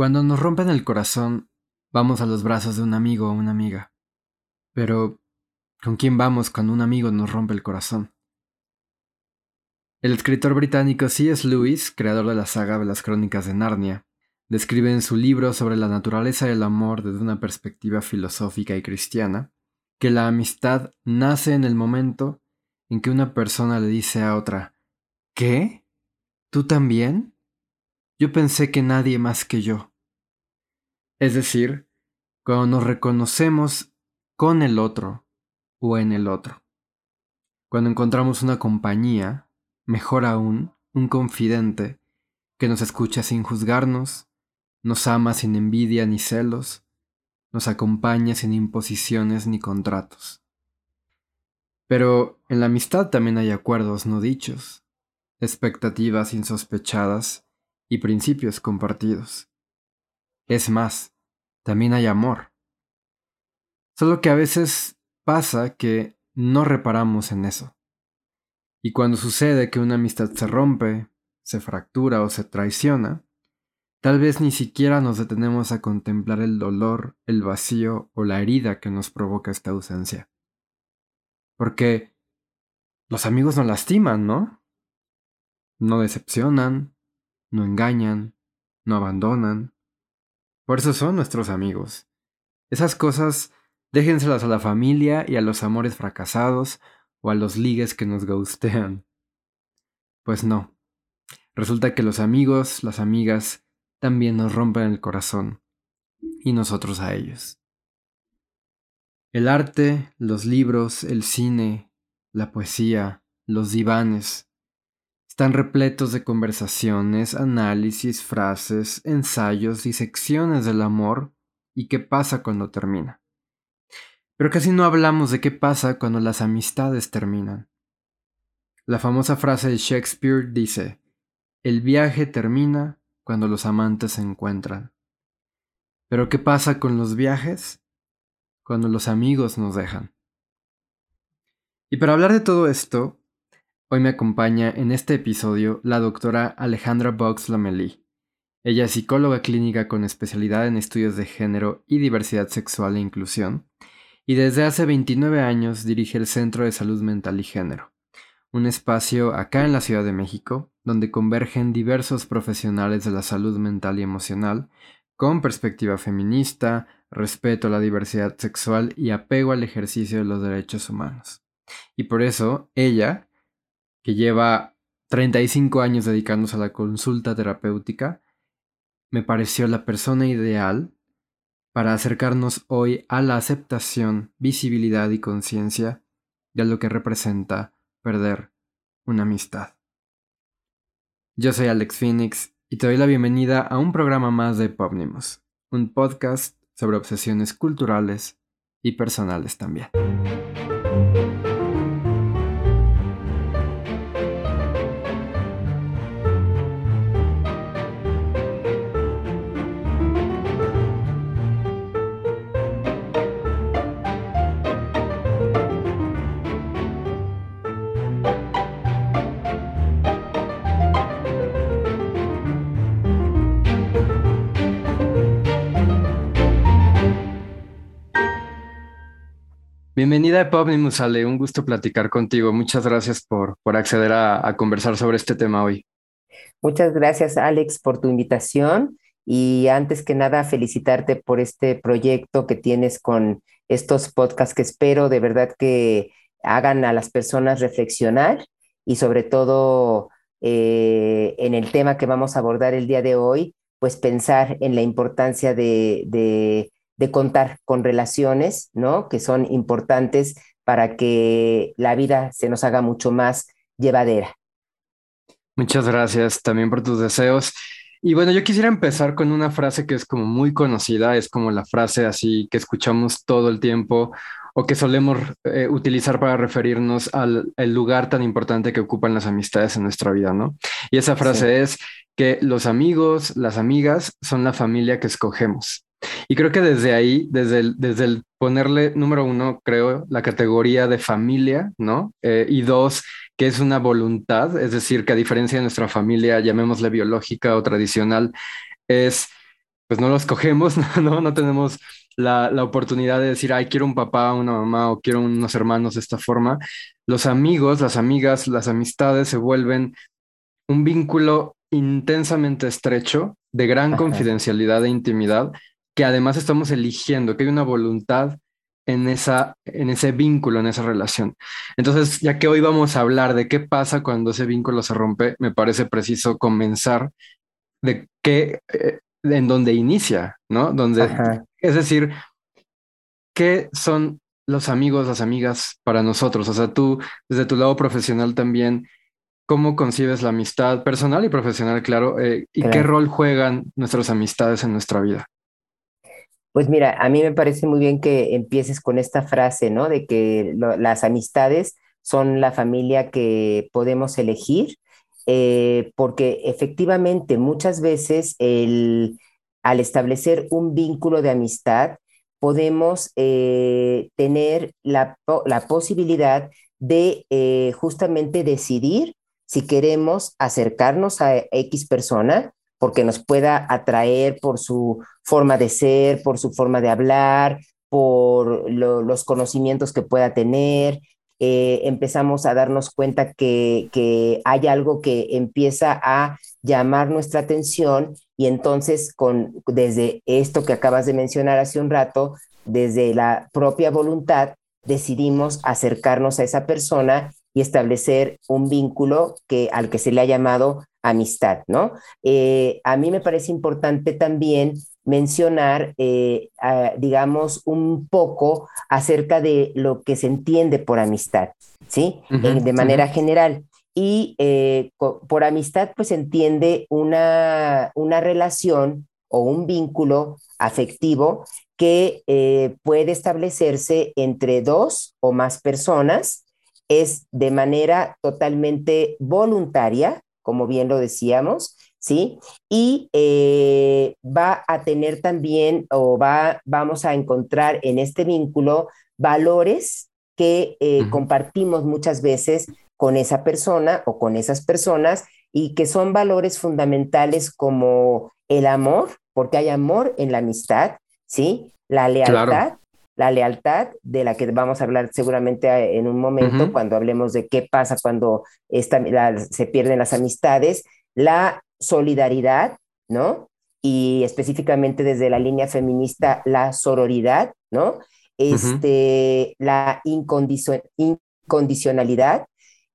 Cuando nos rompen el corazón, vamos a los brazos de un amigo o una amiga. Pero, ¿con quién vamos cuando un amigo nos rompe el corazón? El escritor británico C.S. Lewis, creador de la saga de las Crónicas de Narnia, describe en su libro sobre la naturaleza del amor desde una perspectiva filosófica y cristiana, que la amistad nace en el momento en que una persona le dice a otra: ¿qué? ¿Tú también? Yo pensé que nadie más que yo. Es decir, cuando nos reconocemos con el otro o en el otro. Cuando encontramos una compañía, mejor aún, un confidente que nos escucha sin juzgarnos, nos ama sin envidia ni celos, nos acompaña sin imposiciones ni contratos. Pero en la amistad también hay acuerdos no dichos, expectativas insospechadas y principios compartidos. Es más, también hay amor. Solo que a veces pasa que no reparamos en eso. Y cuando sucede que una amistad se rompe, se fractura o se traiciona, tal vez ni siquiera nos detenemos a contemplar el dolor, el vacío o la herida que nos provoca esta ausencia. Porque los amigos no lastiman, ¿no? No decepcionan, no engañan, no abandonan. Por eso son nuestros amigos. Esas cosas déjenselas a la familia y a los amores fracasados o a los ligues que nos gustean. Pues no. Resulta que los amigos, las amigas, también nos rompen el corazón, y nosotros a ellos. El arte, los libros, el cine, la poesía, los divanes, están repletos de conversaciones, análisis, frases, ensayos, disecciones del amor y qué pasa cuando termina. Pero casi no hablamos de qué pasa cuando las amistades terminan. La famosa frase de Shakespeare dice: el viaje termina cuando los amantes se encuentran. Pero ¿qué pasa con los viajes? Cuando los amigos nos dejan. Y para hablar de todo esto, hoy me acompaña en este episodio la doctora Alejandra Box-Lomelí. Ella es psicóloga clínica con especialidad en estudios de género y diversidad sexual e inclusión, y desde hace 29 años dirige el Centro de Salud Mental y Género, un espacio acá en la Ciudad de México donde convergen diversos profesionales de la salud mental y emocional con perspectiva feminista, respeto a la diversidad sexual y apego al ejercicio de los derechos humanos. Y por eso, ella, que lleva 35 años dedicándose a la consulta terapéutica, me pareció la persona ideal para acercarnos hoy a la aceptación, visibilidad y conciencia de lo que representa perder una amistad. Yo soy Alex Phoenix y te doy la bienvenida a un programa más de Popnimus, un podcast sobre obsesiones culturales y personales también. Bienvenida a Popnimus, Ale, un gusto platicar contigo. Muchas gracias por acceder a conversar sobre este tema hoy. Muchas gracias, Alex, por tu invitación y antes que nada felicitarte por este proyecto que tienes con estos podcasts que espero de verdad que hagan a las personas reflexionar y sobre todo en el tema que vamos a abordar el día de hoy, pues pensar en la importancia de contar con relaciones, ¿no? Que son importantes para que la vida se nos haga mucho más llevadera. Muchas gracias también por tus deseos. Y bueno, yo quisiera empezar con una frase que es como muy conocida, es como la frase así que escuchamos todo el tiempo o que solemos utilizar para referirnos al el lugar tan importante que ocupan las amistades en nuestra vida, ¿no? Y esa Sí. frase es que los amigos, las amigas son la familia que escogemos. Y creo que desde ahí, desde el ponerle, número uno, creo, la categoría de familia, ¿no? Y dos, que es una voluntad, es decir, que a diferencia de nuestra familia, llamémosle biológica o tradicional, es pues no los cogemos, no tenemos la oportunidad de decir, ay, quiero un papá, una mamá o quiero unos hermanos de esta forma. Los amigos, las amigas, las amistades se vuelven un vínculo intensamente estrecho, de gran Ajá, confidencialidad e intimidad, que además estamos eligiendo, que hay una voluntad en ese vínculo, en esa relación. Entonces, ya que hoy vamos a hablar de qué pasa cuando ese vínculo se rompe, me parece preciso comenzar de qué, en donde inicia, ¿no? Donde, ajá. es decir, ¿qué son los amigos, las amigas para nosotros? O sea, tú, desde tu lado profesional también, ¿cómo concibes la amistad personal y profesional, claro? ¿Y qué Claro. rol juegan nuestras amistades en nuestra vida? Pues mira, a mí me parece muy bien que empieces con esta frase, ¿no? De que las amistades son la familia que podemos elegir, porque efectivamente muchas veces al establecer un vínculo de amistad, podemos tener la posibilidad de justamente decidir si queremos acercarnos a X persona porque nos pueda atraer por su forma de ser, por su forma de hablar, por los conocimientos que pueda tener. Empezamos a darnos cuenta que hay algo que empieza a llamar nuestra atención y entonces desde esto que acabas de mencionar hace un rato, desde la propia voluntad, decidimos acercarnos a esa persona y establecer un vínculo al que se le ha llamado amistad, ¿no? A mí me parece importante también mencionar, digamos, un poco acerca de lo que se entiende por amistad, ¿sí? Ujú, De ujú, manera general. Y por amistad, pues se entiende una relación o un vínculo afectivo que puede establecerse entre dos o más personas, es de manera totalmente voluntaria, como bien lo decíamos, ¿sí? Y va a tener también vamos a encontrar en este vínculo valores que ujú. compartimos muchas veces con esa persona o con esas personas y que son valores fundamentales como el amor, porque hay amor en la amistad, ¿sí? Claro. La lealtad de la que vamos a hablar seguramente en un momento Ujú, cuando hablemos de qué pasa cuando se pierden las amistades, la solidaridad, ¿no? Y específicamente desde la línea feminista, la sororidad, ¿no? ujú. La incondicionalidad,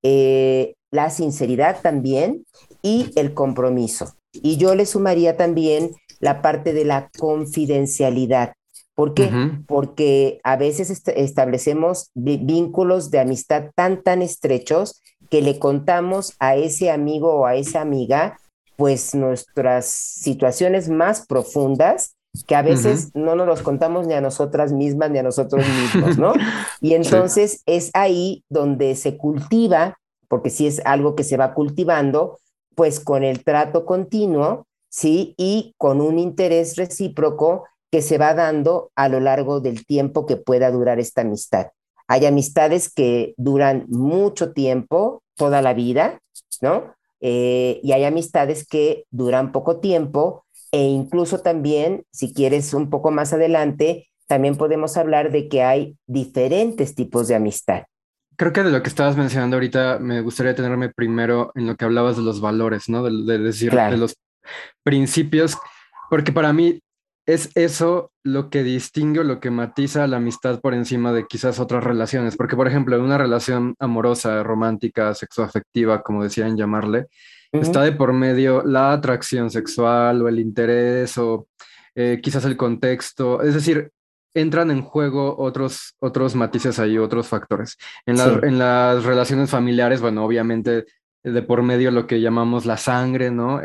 la sinceridad también y el compromiso. Y yo le sumaría también la parte de la confidencialidad. ¿Por qué? Ujú, Porque a veces establecemos vínculos de amistad tan estrechos que le contamos a ese amigo o a esa amiga pues nuestras situaciones más profundas que a ujú. veces no nos los contamos ni a nosotras mismas ni a nosotros mismos, ¿no? Y Sí. entonces es ahí donde se cultiva, porque si es algo que se va cultivando, pues con el trato continuo, ¿sí? Y con un interés recíproco que se va dando a lo largo del tiempo que pueda durar esta amistad. Hay amistades que duran mucho tiempo, toda la vida, ¿no? Y hay amistades que duran poco tiempo e incluso también, si quieres un poco más adelante, también podemos hablar de que hay diferentes tipos de amistad. Creo que de lo que estabas mencionando ahorita, me gustaría tenerme primero en lo que hablabas de los valores, ¿no? De decir, de Claro. los principios, porque para mí es eso lo que distingue o lo que matiza la amistad por encima de quizás otras relaciones, porque por ejemplo, en una relación amorosa, romántica, sexoafectiva, como decían llamarle, Uh está -huh. de por medio la atracción sexual o el interés o quizás el contexto, es decir, entran en juego otros matices ahí, otros factores. Sí. En las relaciones familiares, bueno, obviamente de por medio lo que llamamos la sangre, ¿no?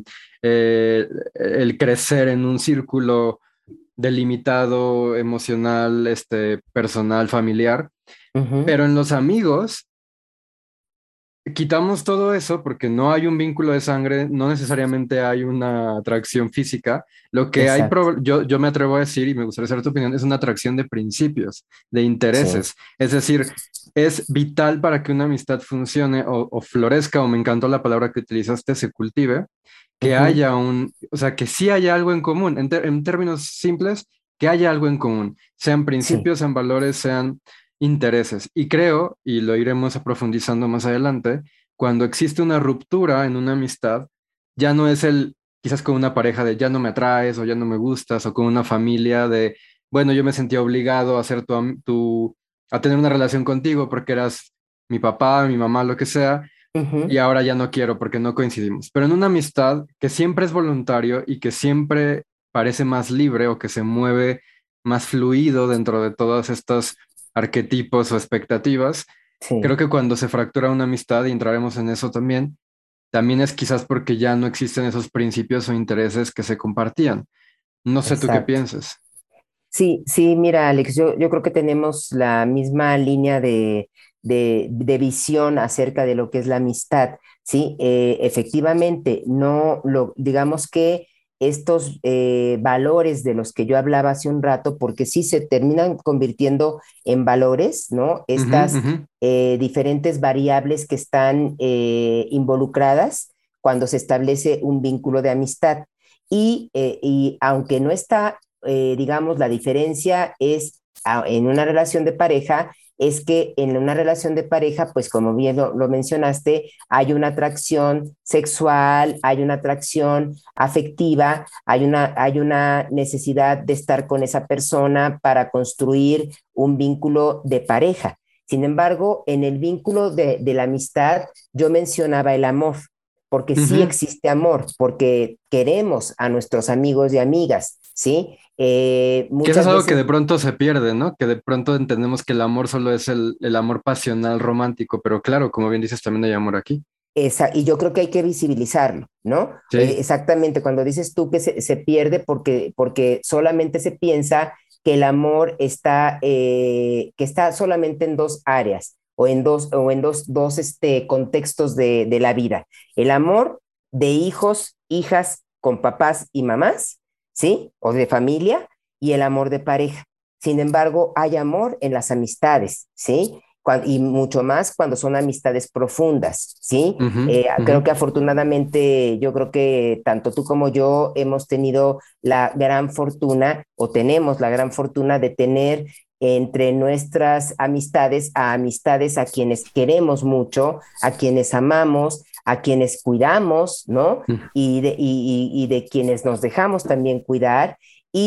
El crecer en un círculo delimitado, emocional, personal, familiar, Uh -huh. pero en los amigos quitamos todo eso porque no hay un vínculo de sangre, no necesariamente hay una atracción física. Lo que hay, Exacto, yo me atrevo a decir, y me gustaría saber tu opinión, es una atracción de principios, de sí, intereses. Es decir, es vital para que una amistad funcione o florezca, o me encantó la palabra que utilizaste, se cultive, que ujú, haya o sea, que sí haya algo en común, en términos simples, que haya algo en común, sean sí, principios, sean valores, sean intereses. Y creo, y lo iremos profundizando más adelante, cuando existe una ruptura en una amistad, ya no es quizás con una pareja de ya no me atraes o ya no me gustas, o con una familia de, bueno, yo me sentía obligado a ser a tener una relación contigo porque eras mi papá, mi mamá, lo que sea, y ujú, ahora ya no quiero porque no coincidimos. Pero en una amistad que siempre es voluntario y que siempre parece más libre o que se mueve más fluido dentro de todos estos arquetipos o expectativas, creo sí, que cuando se fractura una amistad, y entraremos en eso también, también es quizás porque ya no existen esos principios o intereses que se compartían. No sé tú qué exacto. piensas. Sí, sí, mira, Alex, yo creo que tenemos la misma línea de visión acerca de lo que es la amistad, ¿sí? Efectivamente, no lo, digamos que estos valores de los que yo hablaba hace un rato, porque sí se terminan convirtiendo en valores, ¿no? Ujú, Estas ujú. diferentes variables que están involucradas cuando se establece un vínculo de amistad. Y aunque no está digamos, la diferencia es en una relación de pareja, es que en una relación de pareja, pues como bien lo mencionaste, hay una atracción sexual, hay una atracción afectiva, hay una necesidad de estar con esa persona para construir un vínculo de pareja. Sin embargo, en el vínculo de la amistad, yo mencionaba el amor, porque sí Ujú. existe amor, porque queremos a nuestros amigos y amigas, ¿sí? Que eso es Muchas algo que veces, de pronto se pierde, ¿no? Que de pronto entendemos que el amor solo es el amor pasional romántico, pero claro, como bien dices, también hay amor aquí. y yo creo que hay que visibilizarlo, ¿no? Sí. Exactamente, cuando dices tú que se pierde porque solamente se piensa que el amor está, que está solamente en dos áreas o en dos contextos de la vida. El amor de hijos, hijas con papás y mamás, ¿sí? O de familia, y el amor de pareja. Sin embargo, hay amor en las amistades, ¿sí? Y mucho más cuando son amistades profundas, ¿sí? Ujú, ujú. Creo que afortunadamente, yo creo que tanto tú como yo hemos tenido la gran fortuna o tenemos la gran fortuna de tener entre nuestras amistades a amistades a quienes queremos mucho, a quienes amamos, a quienes cuidamos, ¿no? Mm. Y de quienes nos dejamos también cuidar.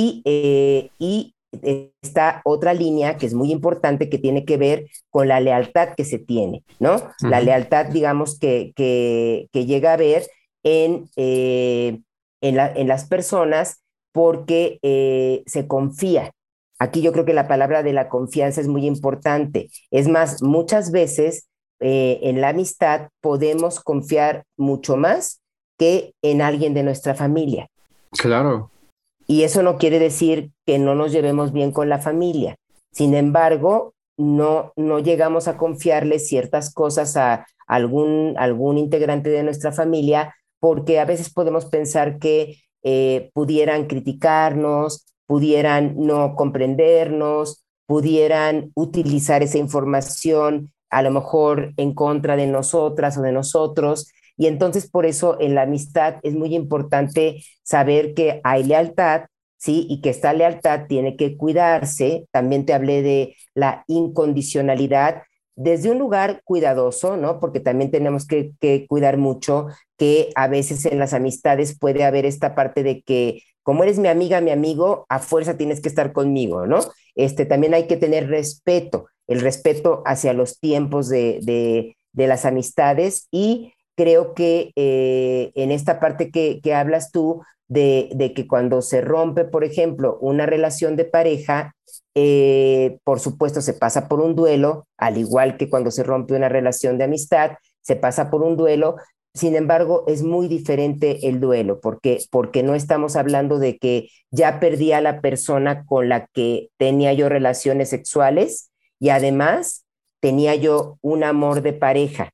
Y esta otra línea que es muy importante que tiene que ver con la lealtad que se tiene, ¿no? La Ujú. lealtad, digamos, que llega a ver en, eh, en las personas porque se confía. Aquí yo creo que la palabra de la confianza es muy importante. Es más, muchas veces en la amistad podemos confiar mucho más que en alguien de nuestra familia. Claro. Y eso no quiere decir que no nos llevemos bien con la familia. Sin embargo, no llegamos a confiarle ciertas cosas a algún integrante de nuestra familia porque a veces podemos pensar que pudieran criticarnos, pudieran no comprendernos, pudieran utilizar esa información a lo mejor en contra de nosotras o de nosotros. Y entonces por eso en la amistad es muy importante saber que hay lealtad, ¿sí? Y que esta lealtad tiene que cuidarse. También te hablé de la incondicionalidad desde un lugar cuidadoso, ¿no? Porque también tenemos que cuidar mucho que a veces en las amistades puede haber esta parte de que como eres mi amiga, mi amigo, a fuerza tienes que estar conmigo, ¿no? También hay que tener respeto, el respeto hacia los tiempos de las amistades y creo que en esta parte que hablas tú de que cuando se rompe, por ejemplo, una relación de pareja, por supuesto se pasa por un duelo, al igual que cuando se rompe una relación de amistad, se pasa por un duelo. Sin embargo, es muy diferente el duelo, porque no estamos hablando de que ya perdí a la persona con la que tenía yo relaciones sexuales y además tenía yo un amor de pareja,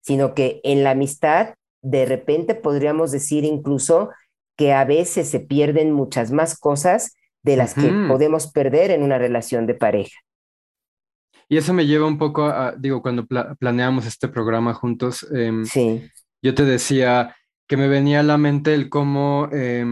sino que en la amistad de repente podríamos decir incluso que a veces se pierden muchas más cosas de las que Ujú. podemos perder en una relación de pareja. Y eso me lleva un poco digo, cuando planeamos este programa juntos, Sí, yo te decía que me venía a la mente el cómo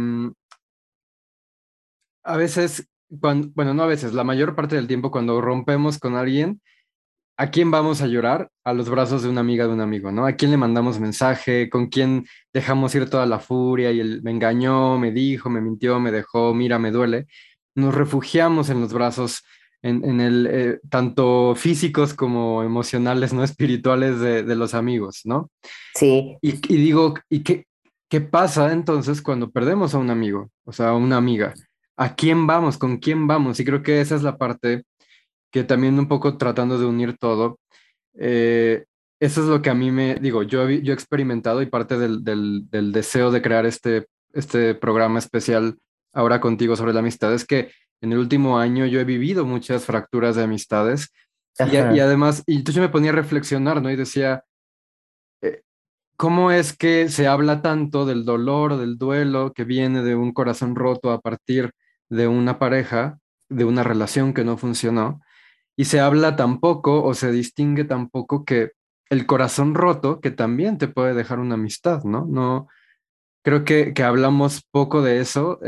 a veces, bueno, no a veces, la mayor parte del tiempo cuando rompemos con alguien, ¿a quién vamos a llorar? A los brazos de una amiga de un amigo, ¿no? ¿A quién le mandamos mensaje? ¿Con quién dejamos ir toda la furia y el me engañó, me dijo, me mintió, me dejó, mira, me duele? Nos refugiamos en los brazos, en el, tanto físicos como emocionales, ¿no? Espirituales de los amigos, ¿no? sí, Y digo, ¿y qué pasa entonces cuando perdemos a un amigo, o sea, a una amiga? ¿A quién vamos? ¿Con quién vamos? Y creo que esa es la parte que también un poco tratando de unir todo, eh, eso es lo que a mí me, digo, yo he experimentado y parte del deseo de crear este programa especial ahora contigo sobre la amistad es que en el último año yo he vivido muchas fracturas de amistades y ajá, además, y entonces yo me ponía a reflexionar, ¿no? Y decía, eh, ¿cómo es que se habla tanto del dolor o del duelo que viene de un corazón roto a partir de una pareja, de una relación que no funcionó? Y se habla tan poco o se distingue tan poco que el corazón roto, que también te puede dejar una amistad, ¿no? No, creo que hablamos poco de eso.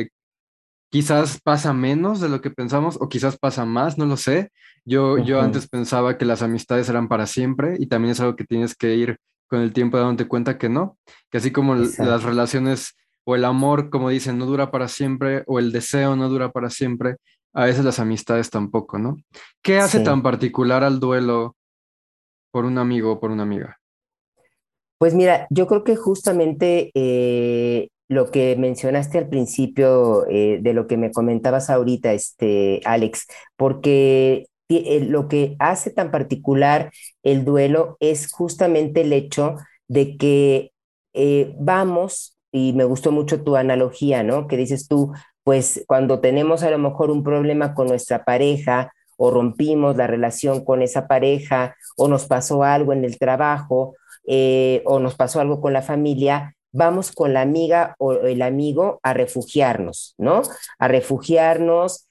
Quizás pasa menos de lo que pensamos o quizás pasa más, no lo sé. Yo ujú, antes pensaba que las amistades eran para siempre y también es algo que tienes que ir con el tiempo dándote cuenta que no, que así como las exacto, relaciones o el amor, como dicen, no dura para siempre o el deseo no dura para siempre, a veces las amistades tampoco, ¿no? ¿Qué hace tan sí. particular al duelo por un amigo o por una amiga? Pues mira, yo creo que justamente lo que mencionaste al principio de lo que me comentabas ahorita, Alex, porque lo que hace tan particular el duelo es justamente el hecho de que vamos, y me gustó mucho tu analogía, ¿no? Que dices tú, pues cuando tenemos a lo mejor un problema con nuestra pareja o rompimos la relación con esa pareja o nos pasó algo en el trabajo, o nos pasó algo con la familia, vamos con la amiga o el amigo a refugiarnos, ¿no? A refugiarnos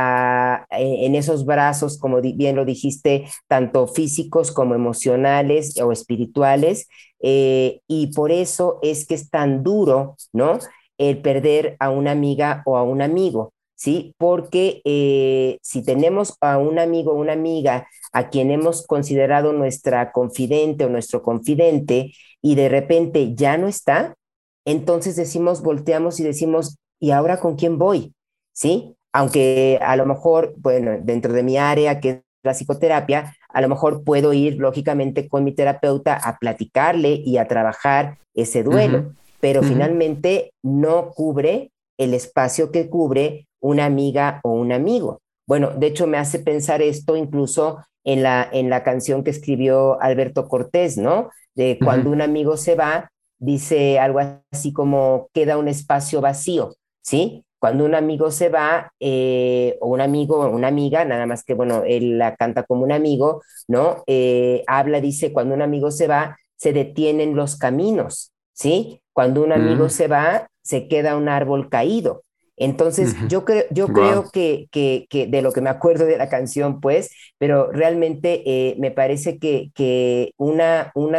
en esos brazos, como bien lo dijiste, tanto físicos como emocionales o espirituales, y por eso es que es tan duro, ¿no? El perder a una amiga o a un amigo, ¿sí? Porque si tenemos a un amigo o una amiga a quien hemos considerado nuestra confidente o nuestro confidente y de repente ya no está, entonces decimos, volteamos y decimos, ¿y ahora con quién voy? ¿Sí? Aunque a lo mejor, bueno, dentro de mi área, que es la psicoterapia, a lo mejor puedo ir lógicamente con mi terapeuta a platicarle y a trabajar ese Ujú, duelo, pero ujú. finalmente no cubre el espacio que cubre una amiga o un amigo. Bueno, de hecho me hace pensar esto incluso en la canción que escribió Alberto Cortés, ¿no? De cuando Ujú, un amigo se va, dice algo así como queda un espacio vacío, ¿sí? Cuando un amigo se va, o un amigo o una amiga, nada más que, bueno, él la canta como un amigo, ¿no? Habla, dice, cuando un amigo se va, se detienen los caminos, ¿sí? Cuando un amigo mm, se va, se queda un árbol caído. Entonces, ujú. yo Guau. creo que de lo que me acuerdo de la canción, pues, pero realmente me parece que una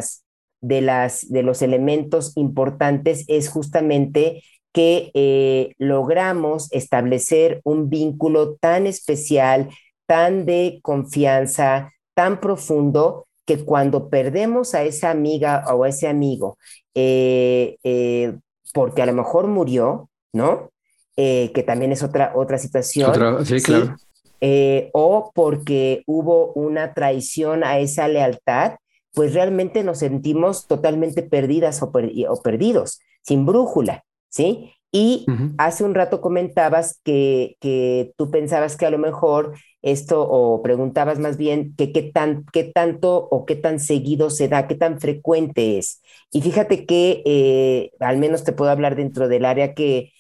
de los elementos importantes es justamente que logramos establecer un vínculo tan especial, tan de confianza, tan profundo, que cuando perdemos a esa amiga o a ese amigo, eh, eh, porque a lo mejor murió, ¿no? Que también es otra situación, Otra, sí, ¿sí? claro. O porque hubo una traición a esa lealtad, pues realmente nos sentimos totalmente perdidas o perdidos, sin brújula, ¿sí? Y Ujú, hace un rato comentabas que tú pensabas que a lo mejor esto, o preguntabas más bien que qué tanto o qué tan seguido se da, qué tan frecuente es. Y fíjate que al menos te puedo hablar dentro del área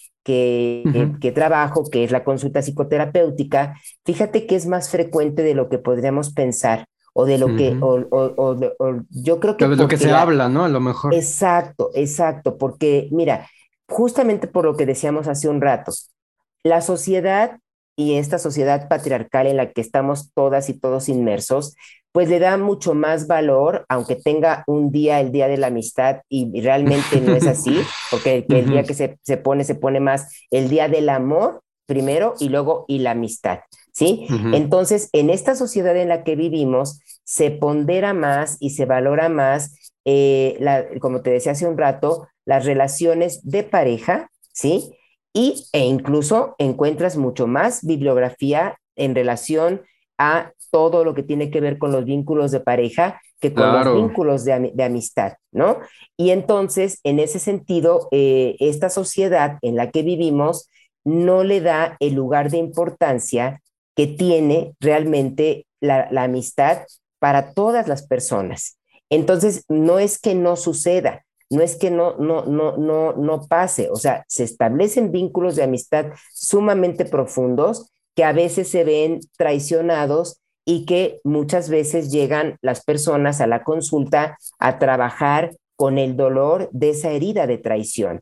ujú. que trabajo, que es la consulta psicoterapéutica. Fíjate que es más frecuente de lo que podríamos pensar. o de lo que, Ujú. o yo creo que Lo que porque se habla, ¿no? A lo mejor. exacto, exacto, porque mira, justamente por lo que decíamos hace un rato, la sociedad y esta sociedad patriarcal en la que estamos todas y todos inmersos, pues le da mucho más valor, aunque tenga un día, el día de la amistad, y realmente no es así, porque que el Ujú. día que se pone más el día del amor primero y luego y la amistad, ¿sí? Ujú. Entonces, en esta sociedad en la que vivimos, se pondera más y se valora más, como te decía hace un rato, las relaciones de pareja, ¿sí? E incluso encuentras mucho más bibliografía en relación a todo lo que tiene que ver con los vínculos de pareja que con los Claro. vínculos de amistad, ¿no? Y entonces, en ese sentido, esta sociedad en la que vivimos no le da el lugar de importancia que tiene realmente la amistad para todas las personas. Entonces, no es que no suceda, no es que no pase, o sea, se establecen vínculos de amistad sumamente profundos que a veces se ven traicionados y que muchas veces llegan las personas a la consulta a trabajar con el dolor de esa herida de traición.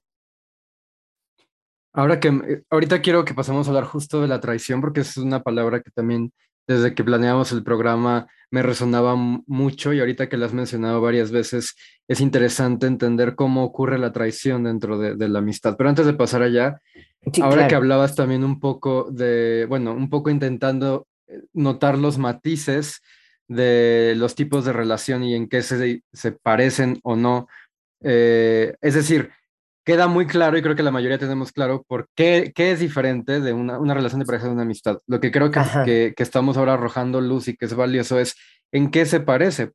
Ahorita quiero que pasemos a hablar justo de la traición, porque es una palabra que también desde que planeamos el programa me resonaba mucho y ahorita que la has mencionado varias veces, es interesante entender cómo ocurre la traición dentro de la amistad. Pero antes de pasar allá, Sí, ahora que claro. hablabas también un poco bueno, un poco intentando notar los matices de los tipos de relación y en qué se parecen o no. Es decir, queda muy claro y creo que la mayoría tenemos claro qué es diferente de una relación de pareja de una amistad. Lo que creo Ajá. que estamos ahora arrojando luz y que es valioso es en qué se parece,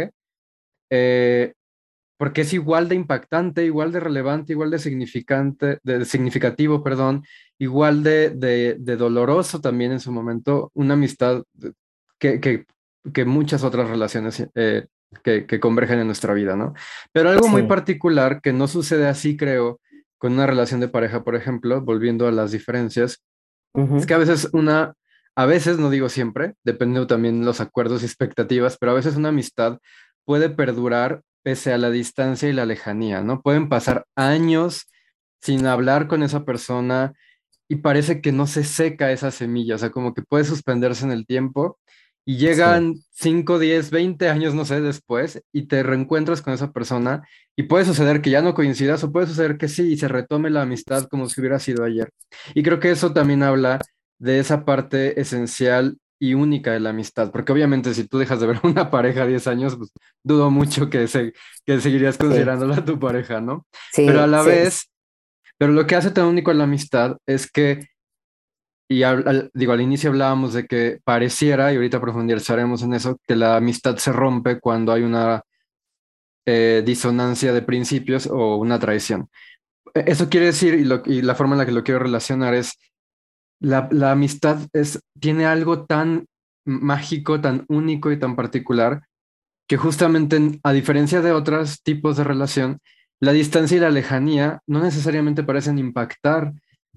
eh, porque es igual de impactante, igual de relevante, igual de significante, de significativo, perdón, igual de doloroso también en su momento, una amistad que, que, que muchas otras relaciones que convergen en nuestra vida, ¿no? Pero algo muy Sí. particular que no sucede así, creo, con una relación de pareja, por ejemplo, volviendo a las diferencias, es que Ujú. a veces, no digo siempre, depende también de los acuerdos y expectativas, pero a veces una amistad puede perdurar pese a la distancia y la lejanía, ¿no? Pueden pasar años sin hablar con esa persona y parece que no se seca esa semilla, o sea, como que puede suspenderse en el tiempo y Sí. llegan 5, 10, 20 años, no sé, después y te reencuentras con esa persona y puede suceder que ya no coincidas o puede suceder que sí y se retome la amistad como si hubiera sido ayer. Y creo que eso también habla de esa parte esencial y única de la amistad, porque obviamente si tú dejas de ver a una pareja 10 años, pues dudo mucho que seguirías Sí. considerándola tu pareja, ¿no? Pero a Sí. la Sí. vez, pero lo que hace tan único a la amistad es que, digo, al inicio hablábamos de que pareciera, y ahorita profundizaremos en eso, que la amistad se rompe cuando hay una disonancia de principios o una traición. Eso quiere decir, y la forma en la que lo quiero relacionar es la amistad tiene algo tan mágico, tan único y tan particular que justamente a diferencia de otros tipos de relación, la distancia y la lejanía no necesariamente parecen impactar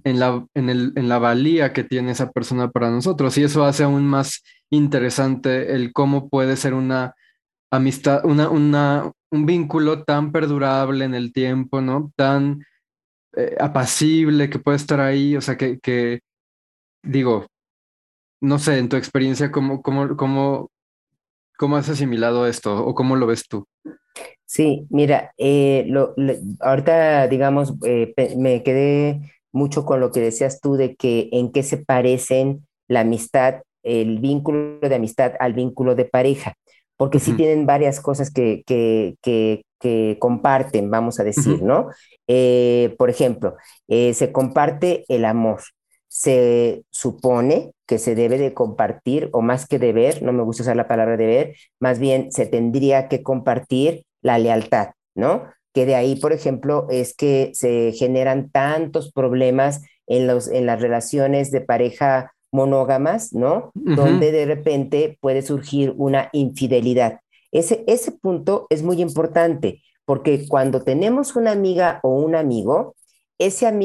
en la valía que tiene esa persona para nosotros y eso hace aún más interesante el cómo puede ser una amistad, un vínculo tan perdurable en el tiempo, ¿no? Tan apacible que puede estar ahí, o sea, digo, no sé, en tu experiencia, ¿cómo has asimilado esto o cómo lo ves tú? Sí, mira, ahorita, digamos, me quedé mucho con lo que decías tú de que en qué se parecen la amistad, el vínculo de amistad al vínculo de pareja, porque sí Ujú, tienen varias cosas que comparten, vamos a decir, ujú, ¿no? Por ejemplo, se comparte el amor. Se supone que se debe de compartir, o más que deber, no me gusta usar la palabra deber, más bien se tendría que compartir la lealtad, ¿no? Que de ahí, por ejemplo, es que se generan tantos problemas en las relaciones de pareja monógamas, ¿no? ujú. Donde de repente puede surgir una infidelidad. Ese punto es muy importante, porque cuando tenemos una amiga o un amigo,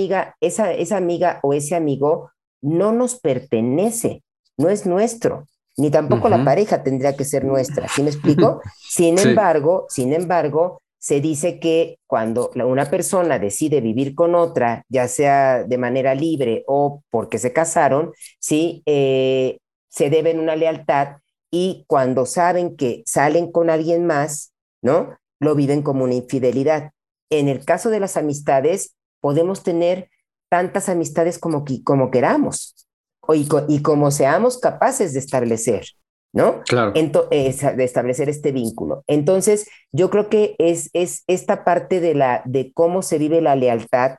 esa amiga o ese amigo no nos pertenece, no es nuestro, ni tampoco la Ujú. pareja tendría que ser nuestra, ¿sí me explico? Sí. Sin embargo, se dice que cuando una persona decide vivir con otra, ya sea de manera libre o porque se casaron, ¿sí? Se deben una lealtad y cuando saben que salen con alguien más, ¿no? Lo viven como una infidelidad. En el caso de las amistades, podemos tener tantas amistades como queramos y como seamos capaces de establecer, ¿no? Claro. De establecer este vínculo. Entonces, yo creo que es esta parte de cómo se vive la lealtad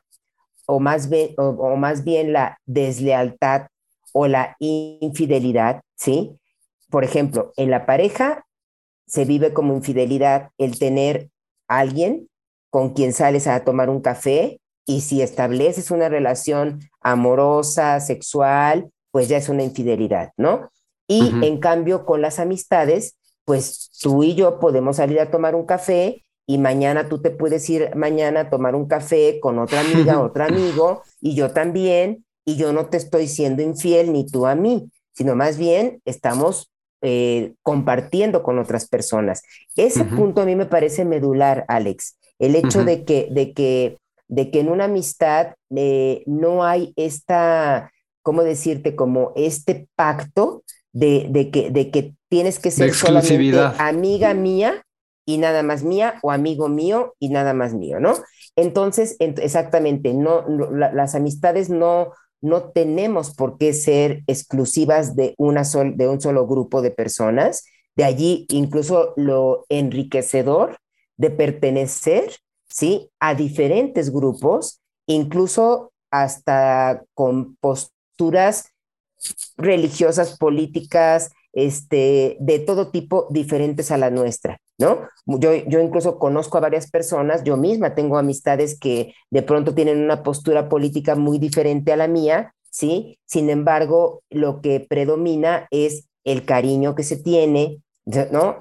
o más bien la deslealtad o la infidelidad, ¿sí? Por ejemplo, en la pareja se vive como infidelidad el tener a alguien con quien sales a tomar un café y si estableces una relación amorosa, sexual, pues ya es una infidelidad, ¿no? Y Ujú. en cambio con las amistades, pues tú y yo podemos salir a tomar un café y mañana tú te puedes ir mañana a tomar un café con otra amiga, otro amigo, y yo también, y yo no te estoy siendo infiel ni tú a mí, sino más bien estamos compartiendo con otras personas. Ese Ujú. punto a mí me parece medular, Alex. El hecho Ujú. de que en una amistad no hay ¿cómo decirte? Como este pacto de que tienes que De ser solamente exclusividad. amiga mía y nada más mía o amigo mío y nada más mío, ¿no? Entonces, exactamente, las amistades no tenemos por qué ser exclusivas de un solo grupo de personas. De allí incluso lo enriquecedor de pertenecer, ¿sí? A diferentes grupos, incluso hasta con posturas religiosas, políticas, de todo tipo diferentes a la nuestra, ¿no? Yo incluso conozco a varias personas, yo misma tengo amistades que de pronto tienen una postura política muy diferente a la mía, ¿sí? Sin embargo, lo que predomina es el cariño que se tiene, ¿no?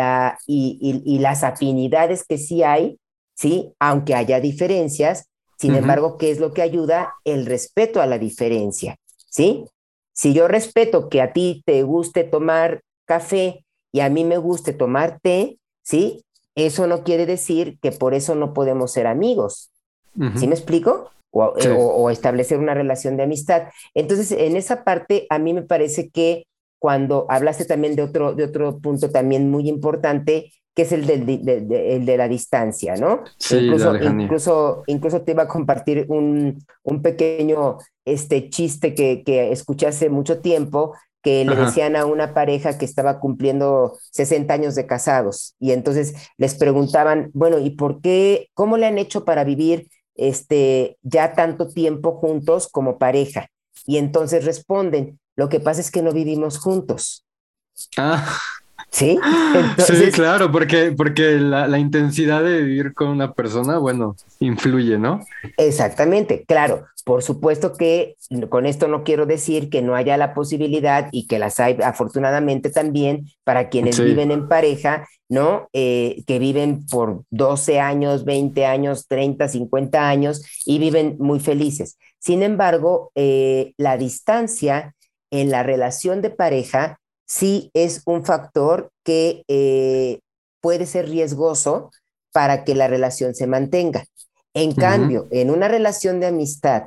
Y las afinidades que sí hay, ¿sí? Aunque haya diferencias, sin Ujú. embargo, ¿qué es lo que ayuda? El respeto a la diferencia, ¿sí? Si yo respeto que a ti te guste tomar café y a mí me guste tomar té, ¿sí? Eso no quiere decir que por eso no podemos ser amigos. ¿Sí Ujú. me explico? Sí. O establecer una relación de amistad. Entonces, en esa parte, a mí me parece que cuando hablaste también de otro punto también muy importante, que es el de la distancia, ¿no? Que Sí, la incluso, lejanía. incluso, incluso te iba a compartir un pequeño chiste que escuché hace mucho tiempo, que le Ajá. decían a una pareja que estaba cumpliendo 60 años de casados y entonces les preguntaban, bueno, ¿y por qué, cómo le han hecho para vivir ya tanto tiempo juntos como pareja? Y entonces responden, lo que pasa es que no vivimos juntos, Ah, ¿sí? sí, Entonces, claro, porque la intensidad de vivir con una persona, bueno, influye, ¿no? exactamente, claro. Por supuesto que con esto no quiero decir que no haya la posibilidad y que las hay afortunadamente también para quienes Sí. viven en pareja, ¿no? Que viven por 12 años, 20 años, 30, 50 años y viven muy felices. Sin embargo, la distancia en la relación de pareja sí es un factor que puede ser riesgoso para que la relación se mantenga. En Ujú. cambio, en una relación de amistad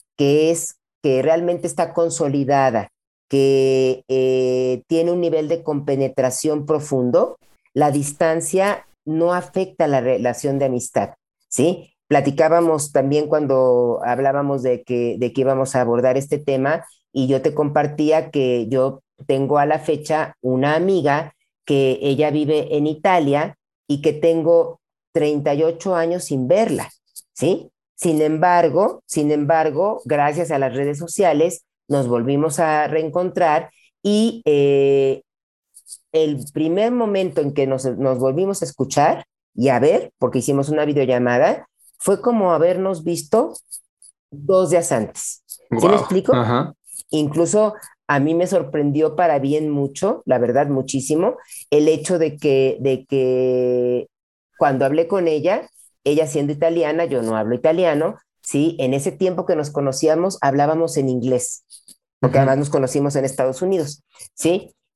que realmente está consolidada, que tiene un nivel de compenetración profundo, la distancia no afecta la relación de amistad, ¿sí? Platicábamos también cuando hablábamos de que íbamos a abordar este tema y yo te compartía que yo tengo a la fecha una amiga que ella vive en Italia y que tengo 38 años sin verla. ¿Sí? Sin embargo, gracias a las redes sociales nos volvimos a reencontrar y el primer momento en que nos volvimos a escuchar y a ver, porque hicimos una videollamada, fue como habernos visto 2 días antes. ¿Sí me Wow. explico? Ajá. Incluso a mí me sorprendió para bien mucho, la verdad, muchísimo, el hecho de que cuando hablé con ella siendo italiana, yo no hablo italiano, ¿sí? En ese tiempo que nos conocíamos, hablábamos en inglés, porque Ujú. además nos conocimos en Estados Unidos, ¿sí?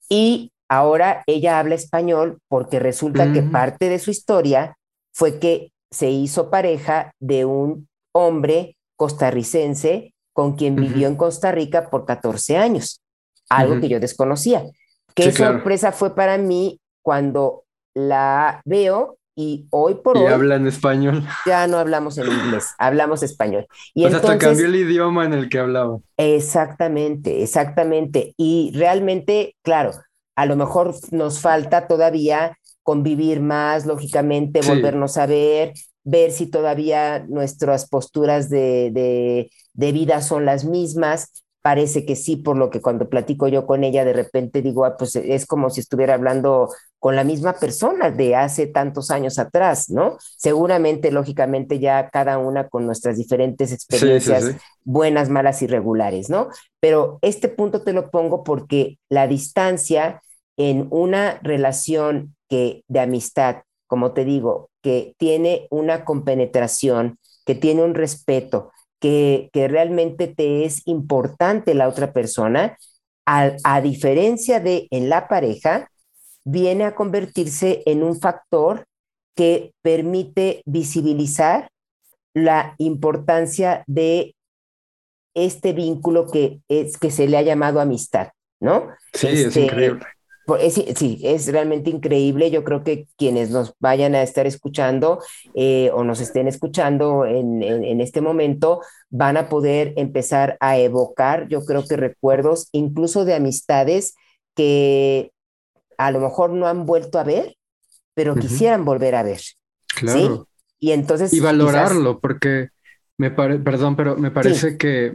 Y ahora ella habla español porque resulta que Mm, parte de su historia fue que se hizo pareja de un hombre costarricense con quien vivió ujú, en Costa Rica por 14 años, algo que ujú. yo desconocía. Qué Sí, claro. sorpresa fue para mí cuando la veo y hoy por Y hoy habla en español. ya no hablamos en inglés, hablamos español. Y O sea, hasta cambió entonces el idioma en el que hablaba. exactamente, exactamente. Y realmente, claro, a lo mejor nos falta todavía convivir más, lógicamente, Sí, volvernos a ver, ver si todavía nuestras posturas de vida son las mismas. Parece que sí, por lo que cuando platico yo con ella, de repente digo, ah, pues es como si estuviera hablando con la misma persona de hace tantos años atrás, ¿no? Seguramente, lógicamente, ya cada una con nuestras diferentes sí, sí, experiencias sí. buenas, malas y regulares, ¿no? Pero este punto te lo pongo porque la distancia en una relación que, de amistad, como te digo, que tiene una compenetración, que tiene un respeto, que realmente te es importante la otra persona, a diferencia de en la pareja, viene a convertirse en un factor que permite visibilizar la importancia de este vínculo que se le ha llamado amistad, ¿no? Sí, es Este, increíble. sí, es realmente increíble. Yo creo que quienes nos vayan a estar escuchando o nos estén escuchando en este momento van a poder empezar a evocar, yo creo que recuerdos incluso de amistades que a lo mejor no han vuelto a ver, pero Ujú, quisieran volver a ver, ¿sí? claro. Y Y entonces quizás, valorarlo, porque perdón, pero me sí, parece que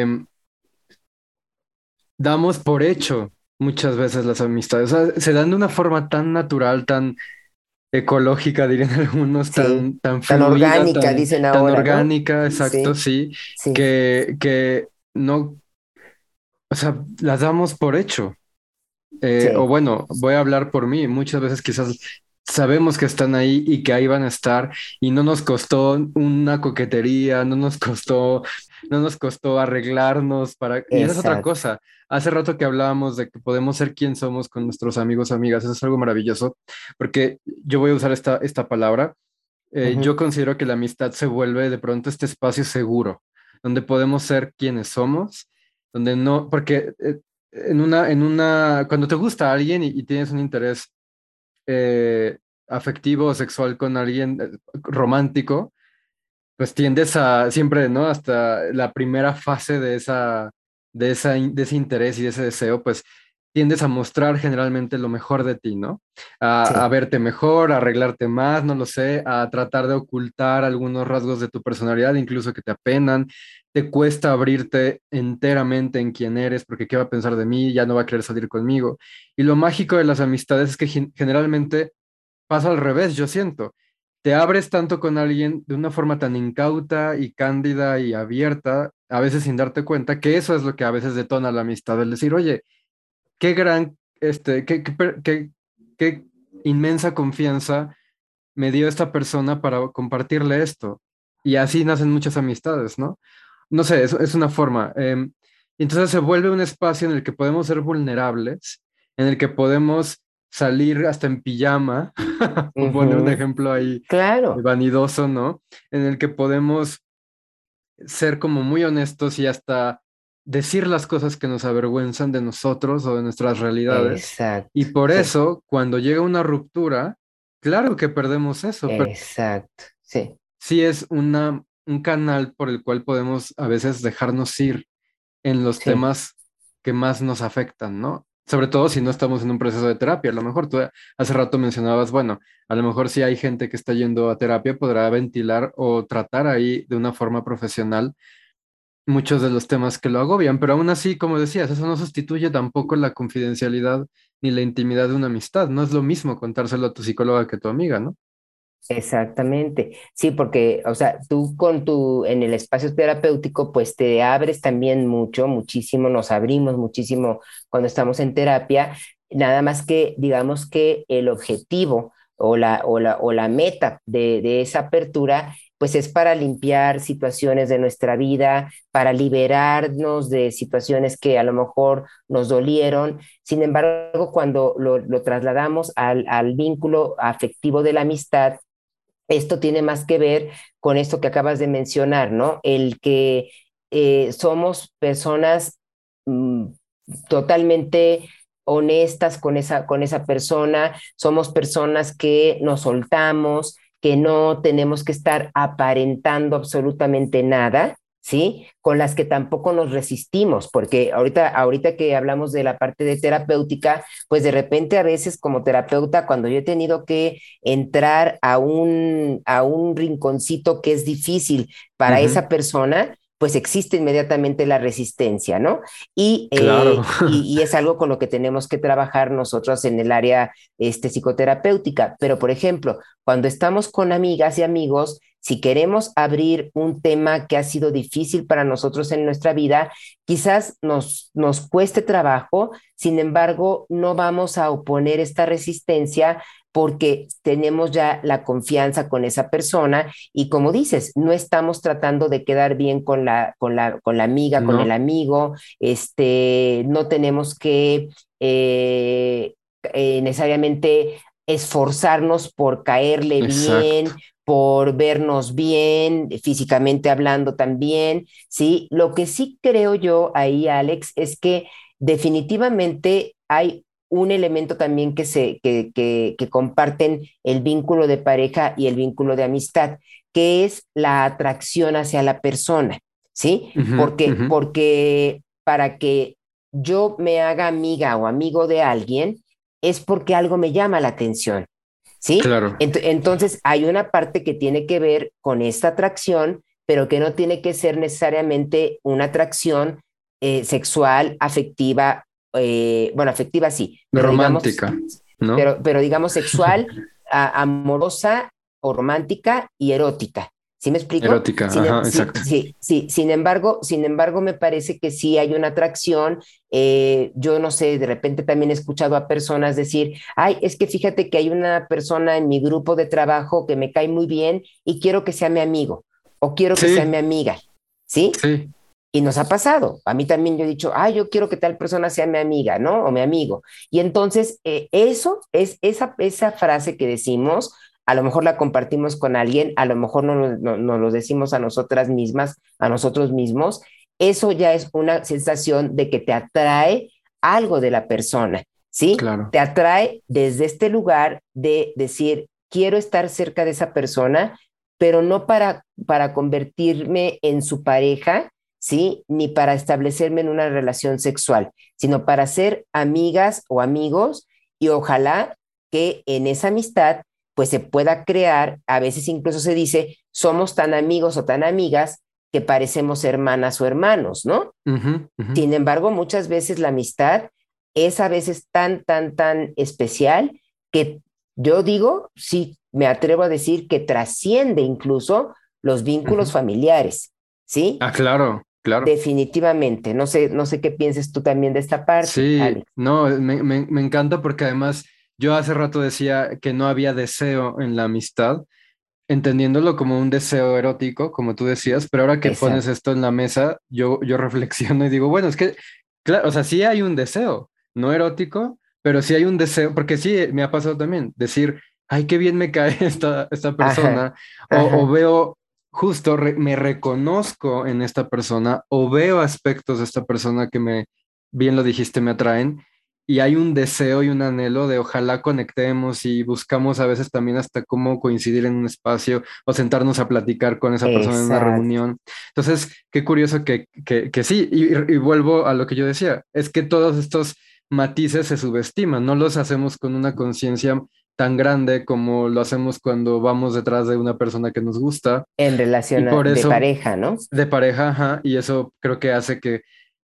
damos por hecho muchas veces las amistades. O sea, se dan de una forma tan natural, tan ecológica, dirían algunos, sí, tan tan fluida, orgánica, dicen tan ahora, ¿no? orgánica, exacto, Sí, sí, sí, que no, o sea, las damos por hecho. O sí, bueno, voy a hablar por mí. Muchas veces quizás sabemos que están ahí y que ahí van a estar y no nos costó una coquetería, no nos costó arreglarnos para... Y esa es otra exacto. cosa. Hace rato que hablábamos de que podemos ser quien somos con nuestros amigos, amigas. Eso es algo maravilloso porque yo voy a usar esta palabra. Yo Ujú, considero que la amistad se vuelve de pronto este espacio seguro, donde podemos ser quienes somos, donde no, porque cuando te gusta alguien y tienes un interés afectivo o sexual con alguien romántico, pues tiendes a siempre, ¿no? Hasta la primera fase de ese interés y de ese deseo, pues tiendes a mostrar generalmente lo mejor de ti, ¿no? A sí, verte mejor, a arreglarte más, no lo sé, a tratar de ocultar algunos rasgos de tu personalidad, incluso que te apenan. Te cuesta abrirte enteramente en quién eres, porque qué va a pensar de mí, ya no va a querer salir conmigo. Y lo mágico de las amistades es que generalmente pasa al revés, yo siento. Te abres tanto con alguien de una forma tan incauta y cándida y abierta, a veces sin darte cuenta, que eso es lo que a veces detona la amistad, el decir, oye, qué gran, qué inmensa confianza me dio esta persona para compartirle esto. Y así nacen muchas amistades, ¿no? No sé, es una forma. Entonces se vuelve un espacio en el que podemos ser vulnerables, en el que podemos salir hasta en pijama, por poner un ujú, ejemplo ahí claro, vanidoso, ¿no? En el que podemos ser como muy honestos y hasta decir las cosas que nos avergüenzan de nosotros o de nuestras realidades. Y exacto, por sí, eso, cuando llega una ruptura, claro que perdemos eso, pero exacto, sí, sí es un canal por el cual podemos a veces dejarnos ir en los sí. temas que más nos afectan, ¿no? Sobre todo si no estamos en un proceso de terapia. A lo mejor tú hace rato mencionabas, bueno, a lo mejor si hay gente que está yendo a terapia, podrá ventilar o tratar ahí de una forma profesional muchos de los temas que lo agobian, pero aún así, como decías, eso no sustituye tampoco la confidencialidad ni la intimidad de una amistad. No es lo mismo contárselo a tu psicóloga que a tu amiga, ¿no? Exactamente. Sí, porque, o sea, tú en el espacio terapéutico, pues te abres también mucho, muchísimo, nos abrimos muchísimo cuando estamos en terapia, nada más que, digamos que el objetivo o la meta de esa apertura pues es para limpiar situaciones de nuestra vida, para liberarnos de situaciones que a lo mejor nos dolieron. Sin embargo, cuando lo trasladamos al vínculo afectivo de la amistad, esto tiene más que ver con esto que acabas de mencionar, ¿no? El que somos personas mm, totalmente honestas con esa persona, somos personas que nos soltamos, que no tenemos que estar aparentando absolutamente nada, ¿sí? Con las que tampoco nos resistimos, porque ahorita que hablamos de la parte de terapéutica, pues de repente a veces como terapeuta, cuando yo he tenido que entrar a un rinconcito que es difícil para Ujú. esa persona, pues existe inmediatamente la resistencia, ¿no? Claro. Y es algo con lo que tenemos que trabajar nosotros en el área psicoterapéutica. Pero, por ejemplo, cuando estamos con amigas y amigos, si queremos abrir un tema que ha sido difícil para nosotros en nuestra vida, quizás nos cueste trabajo, sin embargo, no vamos a oponer esta resistencia porque tenemos ya la confianza con esa persona y como dices, no estamos tratando de quedar bien con la amiga, con el No, amigo, no tenemos que necesariamente esforzarnos por caerle bien, exacto. por vernos bien, físicamente hablando también, ¿sí? Lo que sí creo yo ahí, Alex, es que definitivamente hay un elemento también que comparten el vínculo de pareja y el vínculo de amistad, que es la atracción hacia la persona, ¿sí? Ujú, ujú. Porque para que yo me haga amiga o amigo de alguien, es porque algo me llama la atención, ¿sí? Claro. Entonces hay una parte que tiene que ver con esta atracción, pero que no tiene que ser necesariamente una atracción sexual, afectiva, bueno, afectiva sí, Romántica, ¿no? pero digamos sexual, amorosa o romántica y erótica. ¿Sí me explico? Erótica, ajá, exacto. Sin embargo, me parece que sí hay una atracción. Yo no sé, de repente también he escuchado a personas decir, ay, es que fíjate que hay una persona en mi grupo de trabajo que me cae muy bien y quiero que sea mi amigo o quiero que sea Sí, mi amiga, ¿sí? sí, Y nos ha pasado. A mí también yo he dicho, ah, yo quiero que tal persona sea mi amiga, ¿no? O mi amigo. Y entonces, eso es esa frase que decimos, a lo mejor la compartimos con alguien, a lo mejor no lo decimos a nosotras mismas, a nosotros mismos. Eso ya es una sensación de que te atrae algo de la persona, ¿sí? claro. Te atrae desde este lugar de decir, quiero estar cerca de esa persona, pero no para convertirme en su pareja, ¿sí? Ni para establecerme en una relación sexual, sino para ser amigas o amigos y ojalá que en esa amistad pues se pueda crear, a veces incluso se dice, somos tan amigos o tan amigas que parecemos hermanas o hermanos, ¿no? Ujú, ujú. Sin embargo, muchas veces la amistad es a veces tan especial que yo digo, sí, me atrevo a decir que trasciende incluso los vínculos Ujú. familiares, ¿sí? Ah, claro, claro. Definitivamente. No sé qué pienses tú también de esta parte, Sí, Alex. no, me encanta porque además yo hace rato decía que no había deseo en la amistad, entendiéndolo como un deseo erótico, como tú decías, pero ahora que pones Exacto. esto en la mesa, yo reflexiono y digo, bueno, es que, claro, o sea, sí hay un deseo, no erótico, pero sí hay un deseo, porque sí me ha pasado también, decir, ay, qué bien me cae esta Ajá, persona, o ajá, veo, justo me reconozco en esta persona, o veo aspectos de esta persona que bien lo dijiste, me atraen. Y hay un deseo y un anhelo de ojalá conectemos y buscamos a veces también hasta cómo coincidir en un espacio o sentarnos a platicar con esa persona en una exacto. reunión. Entonces, qué curioso que sí, y vuelvo a lo que yo decía, es que todos estos matices se subestiman, no los hacemos con una conciencia tan grande como lo hacemos cuando vamos detrás de una persona que nos gusta. En Y relación por de eso, pareja, ¿no? de pareja, ajá, y eso creo que hace que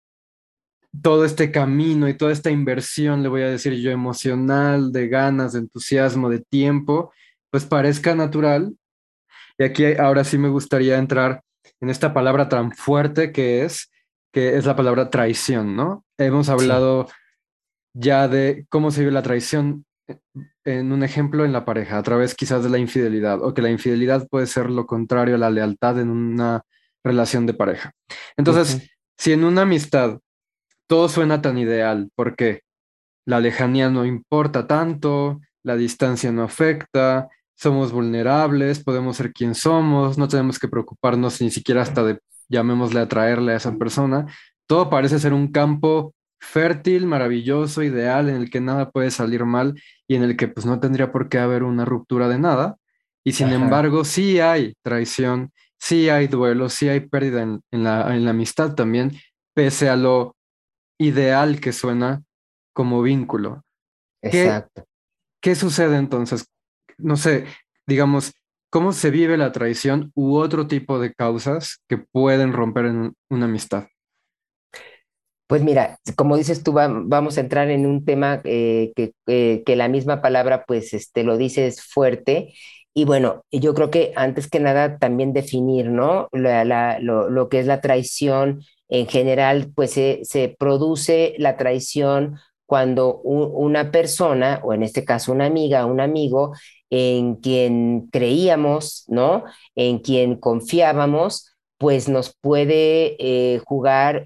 todo este camino y toda esta inversión, le voy a decir yo, emocional, de ganas, de entusiasmo, de tiempo, pues parezca natural. Y aquí ahora sí me gustaría entrar en esta palabra tan fuerte que es la palabra traición, ¿no? Hemos Sí, hablado ya de cómo se vive la traición en un ejemplo en la pareja, a través quizás de la infidelidad, o que la infidelidad puede ser lo contrario a la lealtad en una relación de pareja. Entonces, Ujú. si en una amistad todo suena tan ideal, ¿por qué? La lejanía no importa tanto, la distancia no afecta, somos vulnerables, podemos ser quien somos, no tenemos que preocuparnos ni siquiera hasta de, llamémosle, atraerle a esa persona. Todo parece ser un campo fértil, maravilloso, ideal, en el que nada puede salir mal y en el que pues no tendría por qué haber una ruptura de nada. Y sin Ajá, embargo, sí hay traición, sí hay duelo, sí hay pérdida en la amistad también, pese a lo ideal que suena como vínculo. ¿Qué, exacto. qué sucede entonces? No sé, digamos, ¿cómo se vive la traición u otro tipo de causas que pueden romper en una amistad? Pues mira, como dices tú, vamos a entrar en un tema que la misma palabra, pues, lo dice, es fuerte. Y bueno, yo creo que antes que nada también definir, ¿no? Lo que es la traición en general, pues se produce la traición cuando una persona, o en este caso una amiga, un amigo, en quien creíamos, ¿no? En quien confiábamos pues nos puede jugar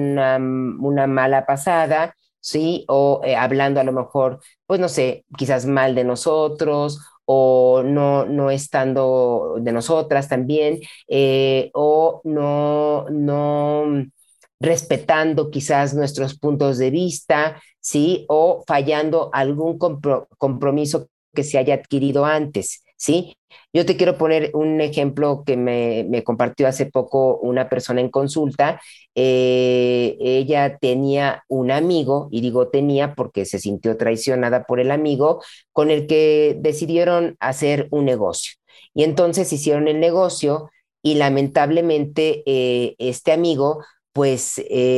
una mala pasada, ¿sí? O hablando a lo mejor, pues no sé, quizás mal de nosotros o no estando de nosotras también, o no respetando quizás nuestros puntos de vista, ¿sí? O fallando algún compromiso que se haya adquirido antes, ¿sí? Yo te quiero poner un ejemplo que me compartió hace poco una persona en consulta. Ella tenía un amigo, y digo tenía porque se sintió traicionada por el amigo, con el que decidieron hacer un negocio. Y entonces hicieron el negocio y lamentablemente este amigo pues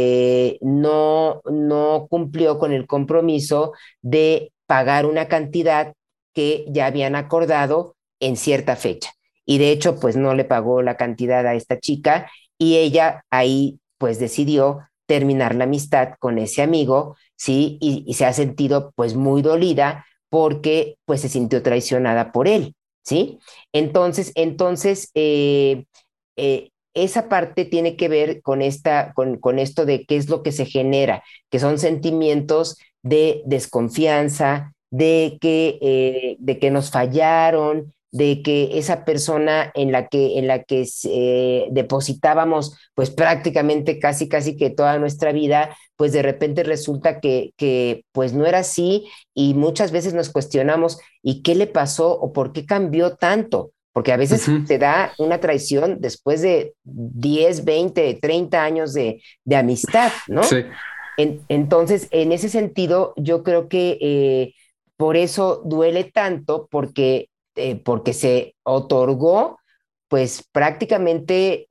no cumplió con el compromiso de pagar una cantidad que ya habían acordado en cierta fecha. Y de hecho, pues no le pagó la cantidad a esta chica y ella ahí pues decidió terminar la amistad con ese amigo, ¿sí? Y se ha sentido pues muy dolida porque pues se sintió traicionada por él, ¿sí? Esa parte tiene que ver con esto de qué es lo que se genera, que son sentimientos de desconfianza, de que nos fallaron, de que esa persona en la que depositábamos pues prácticamente casi que toda nuestra vida, pues de repente resulta que pues no era así y muchas veces nos cuestionamos ¿y qué le pasó o por qué cambió tanto? Porque a veces Ujú. se da una traición después de 10 20 30 años de amistad, ¿no? Sí. Entonces, en ese sentido, yo creo que por eso duele tanto, porque se otorgó, pues prácticamente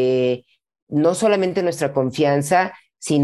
no solamente nuestra confianza,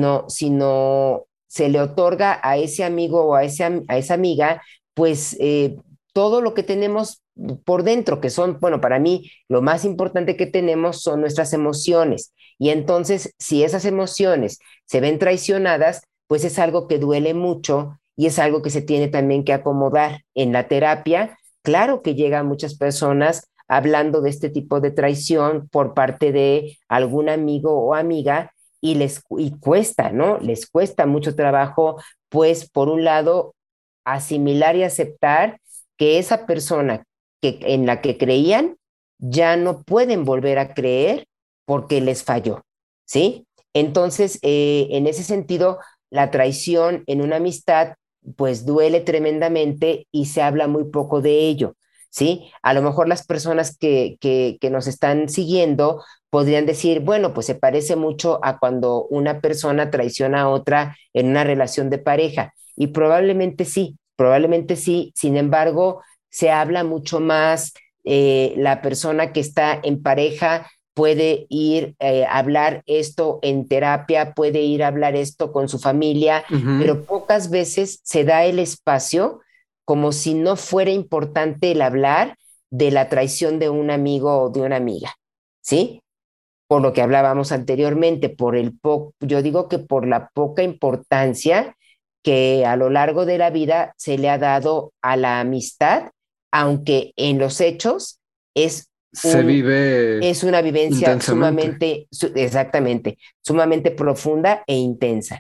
sino se le otorga a ese amigo o a esa amiga, pues todo lo que tenemos por dentro, que son, bueno, para mí lo más importante que tenemos son nuestras emociones. Y entonces, si esas emociones se ven traicionadas, pues es algo que duele mucho y es algo que se tiene también que acomodar en la terapia. Claro que llegan muchas personas hablando de este tipo de traición por parte de algún amigo o amiga y cuesta, ¿no? Les cuesta mucho trabajo, pues por un lado, asimilar y aceptar que esa persona en la que creían ya no pueden volver a creer porque les falló, ¿sí? Entonces, en ese sentido, la traición en una amistad, pues duele tremendamente y se habla muy poco de ello, ¿sí? A lo mejor las personas que nos están siguiendo podrían decir, bueno, pues se parece mucho a cuando una persona traiciona a otra en una relación de pareja. Y probablemente sí. Sin embargo, se habla mucho más, la persona que está en pareja puede ir a hablar esto en terapia, puede ir a hablar esto con su familia, Ujú. pero pocas veces se da el espacio como si no fuera importante el hablar de la traición de un amigo o de una amiga, ¿sí? Por lo que hablábamos anteriormente, yo digo que por la poca importancia que a lo largo de la vida se le ha dado a la amistad, aunque en los hechos es Se un, vive es una vivencia intensamente. exactamente, sumamente profunda e intensa.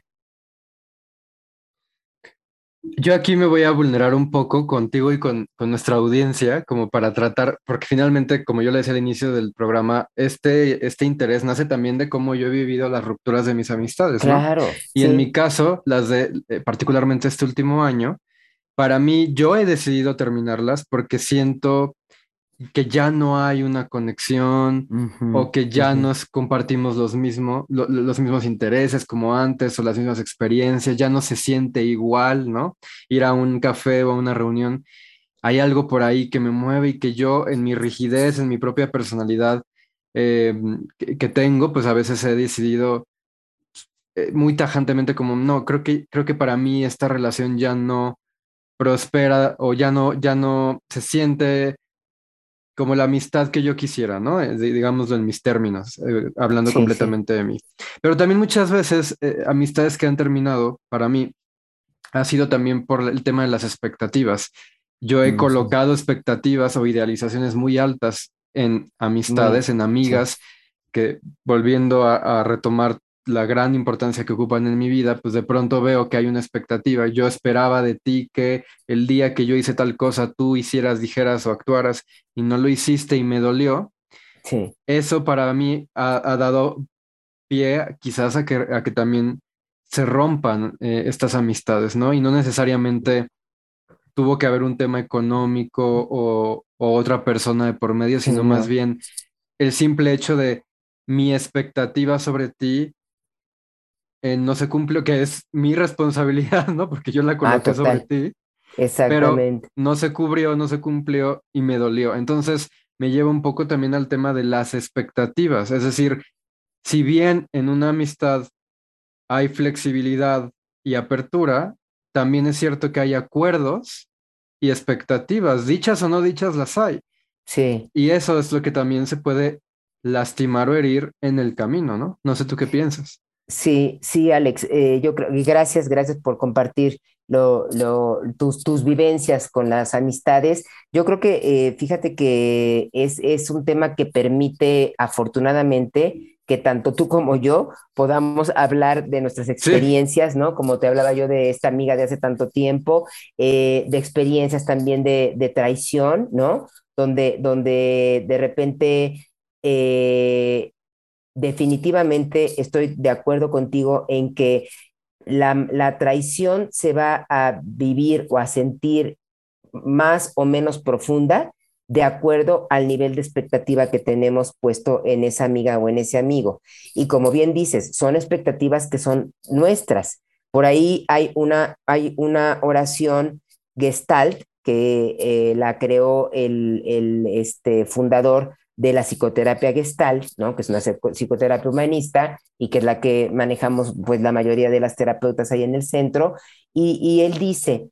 Yo aquí me voy a vulnerar un poco contigo y con nuestra audiencia, como para tratar, porque finalmente, como yo le decía al inicio del programa, este interés nace también de cómo yo he vivido las rupturas de mis amistades, ¿no? Claro, Y en mi sí, caso, las de particularmente este último año, para mí yo he decidido terminarlas porque siento que ya no hay una conexión ujú, o que ya ujú, nos compartimos los mismos intereses como antes o las mismas experiencias, ya no se siente igual, ¿no? Ir a un café o a una reunión, hay algo por ahí que me mueve y que yo en mi rigidez, en mi propia personalidad eh, que tengo, pues a veces he decidido muy tajantemente como, no, creo que para mí esta relación ya no prospera o ya no se siente como la amistad que yo quisiera, ¿no? Digámoslo en mis términos, hablando sí, sí, completamente de mí. Pero también muchas veces amistades que han terminado, para mí, ha sido también por el tema de las expectativas. Yo he ujú, colocado expectativas o idealizaciones muy altas en amistades, en sí, amigas, que volviendo a retomar la gran importancia que ocupan en mi vida, pues de pronto veo que hay una expectativa. Yo esperaba de ti que el día que yo hice tal cosa, tú hicieras, dijeras o actuaras y no lo hiciste y me dolió. sí, Eso para mí ha dado pie quizás a que también se rompan estas amistades, ¿no? Y no necesariamente tuvo que haber un tema económico o otra persona de por medio, sí, sino más no, bien el simple hecho de mi expectativa sobre ti no se cumplió, que es mi responsabilidad, ¿no? Porque yo la ah, coloqué sobre total, ti, pero exactamente, no se cubrió, no se cumplió y me dolió. Entonces me lleva un poco también al tema de las expectativas, es decir, si bien en una amistad hay flexibilidad y apertura, también es cierto que hay acuerdos y expectativas, dichas o no dichas las hay. sí. Y eso es lo que también se puede lastimar o herir en el camino, ¿no? No sé tú qué piensas. Sí, sí, Alex, yo creo, y gracias, gracias por compartir tus vivencias con las amistades. Yo creo que, fíjate que es un tema que permite, afortunadamente, que tanto tú como yo podamos hablar de nuestras Sí, experiencias, ¿no? Como te hablaba yo de esta amiga de hace tanto tiempo, de experiencias también de traición, ¿no? Donde de repente... definitivamente estoy de acuerdo contigo en que la traición se va a vivir o a sentir más o menos profunda de acuerdo al nivel de expectativa que tenemos puesto en esa amiga o en ese amigo. Y como bien dices, son expectativas que son nuestras. Por ahí hay una oración gestalt que la creó el fundador de la psicoterapia gestalt, ¿no? Que es una psicoterapia humanista y que es la que manejamos pues la mayoría de las terapeutas ahí en el centro. Y él dice,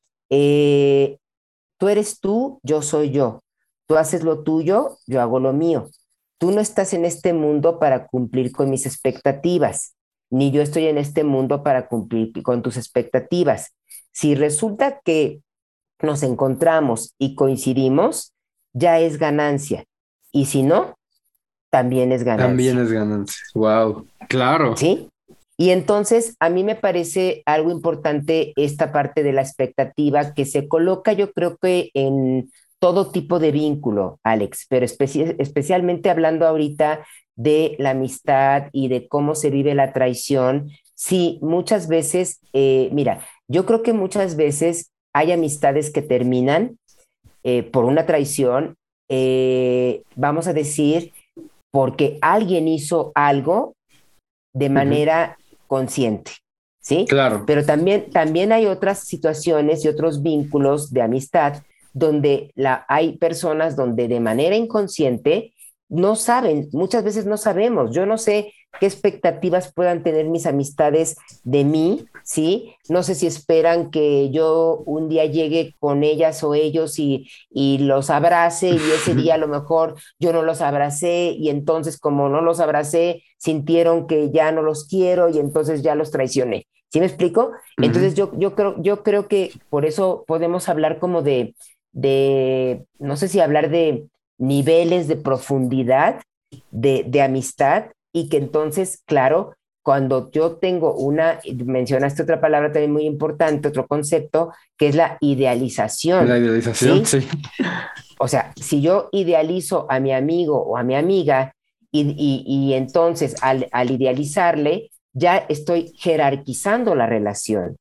tú eres tú, yo soy yo. Tú haces lo tuyo, yo hago lo mío. Tú no estás en este mundo para cumplir con mis expectativas, ni yo estoy en este mundo para cumplir con tus expectativas. Si resulta que nos encontramos y coincidimos, ya es ganancia. Y si no, también es también ganancia. es ganancia. Wow, claro. ¿Sí? Y entonces a mí me parece algo importante esta parte de la expectativa que se coloca, yo creo que en todo tipo de vínculo, Alex, pero especialmente hablando ahorita de la amistad y de cómo se vive la traición. Sí, muchas veces, mira, yo creo que muchas veces hay amistades que terminan por una traición, vamos a decir, porque alguien hizo algo de Ujú. manera consciente, ¿sí? Claro. Pero también hay otras situaciones y otros vínculos de amistad donde hay personas donde de manera inconsciente no saben, muchas veces no sabemos, yo no sé qué expectativas puedan tener mis amistades de mí, ¿sí? No sé si esperan que yo un día llegue con ellas o ellos y los abrace y ese día a lo mejor yo no los abracé y entonces como no los abracé, sintieron que ya no los quiero y entonces ya los traicioné. ¿Sí me explico? Ujú. Entonces yo creo que por eso podemos hablar como no sé si hablar de niveles de profundidad de amistad y que entonces, claro, cuando yo tengo mencionaste otra palabra también muy importante, otro concepto, que es la La idealización, idealización, ¿sí? sí. O sea, si yo idealizo a mi amigo o a mi amiga y entonces al idealizarle, ya estoy jerarquizando la relación.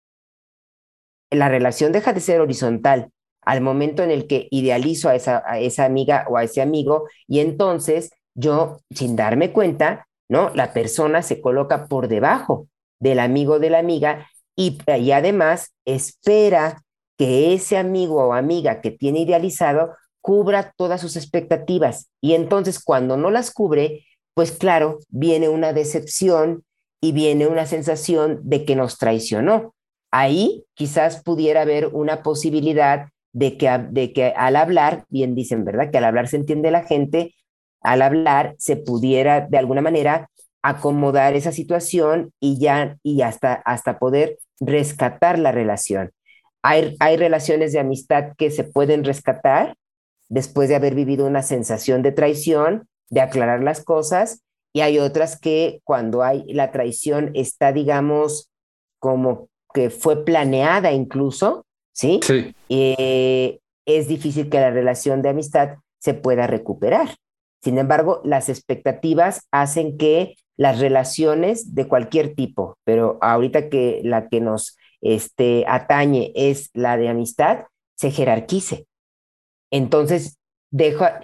La relación deja de ser horizontal al momento en el que idealizo a esa amiga o a ese amigo y entonces yo, sin darme cuenta, ¿no? La persona se coloca por debajo del amigo o de la amiga y además espera que ese amigo o amiga que tiene idealizado cubra todas sus expectativas. Y entonces cuando no las cubre, pues claro, viene una decepción y viene una sensación de que nos traicionó. Ahí quizás pudiera haber una posibilidad de que al hablar, bien dicen, ¿verdad? Que al hablar se entiende la gente, al hablar se pudiera de alguna manera acomodar esa situación y hasta poder rescatar la relación. Hay relaciones de amistad que se pueden rescatar después de haber vivido una sensación de traición, de aclarar las cosas, y hay otras que cuando hay la traición está, digamos, como que fue planeada incluso, ¿sí? Sí. Es difícil que la relación de amistad se pueda recuperar. Sin embargo, las expectativas hacen que las relaciones de cualquier tipo, pero ahorita que la que nos atañe es la de amistad, se jerarquice. Entonces, deja,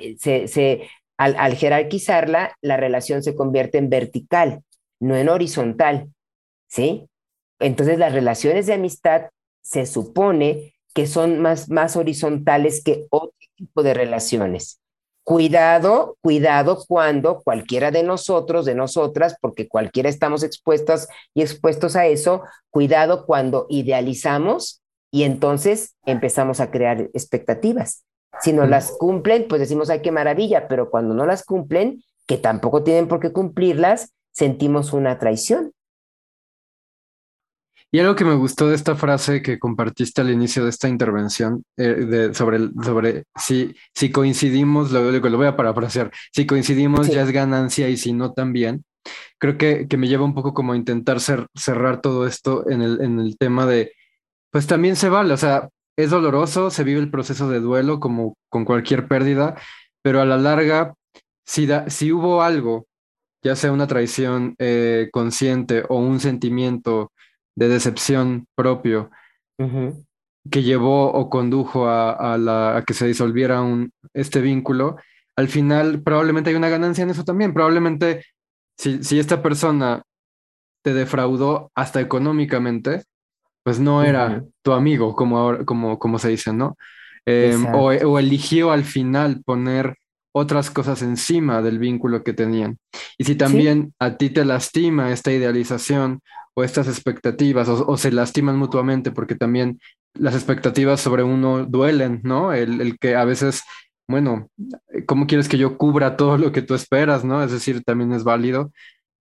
al jerarquizarla, la relación se convierte en vertical, no en horizontal, ¿sí? Entonces, las relaciones de amistad se supone que son más horizontales que otro tipo de relaciones. Cuidado cuando cualquiera de nosotros, de nosotras, porque cualquiera estamos expuestas y expuestos a eso, cuidado cuando idealizamos y entonces empezamos a crear expectativas. Si no las cumplen, pues decimos, ay, qué maravilla, pero cuando no las cumplen, que tampoco tienen por qué cumplirlas, sentimos una traición. Y algo que me gustó de esta frase que compartiste al inicio de esta intervención, sobre si coincidimos, lo voy a parafrasear, si coincidimos ya Sí. es ganancia y si no también, creo que me lleva un poco como a intentar cerrar todo esto en el tema de, pues también se vale, o sea, es doloroso, se vive el proceso de duelo como con cualquier pérdida, pero a la larga, si hubo algo, ya sea una traición consciente o un sentimiento de decepción propio Ujú, que llevó o condujo a que se disolviera este vínculo, al final probablemente hay una ganancia en eso también. Probablemente si esta persona te defraudó hasta económicamente, pues no era ujú. tu amigo, como se dice, ¿no? Exacto. O eligió al final poner otras cosas encima del vínculo que tenían. Y si Sí, también a ti te lastima esta idealización o estas expectativas, o se lastiman mutuamente, porque también las expectativas sobre uno duelen, ¿no? El que a veces, bueno, ¿cómo quieres que yo cubra todo lo que tú esperas, ¿no? Es decir, también es válido.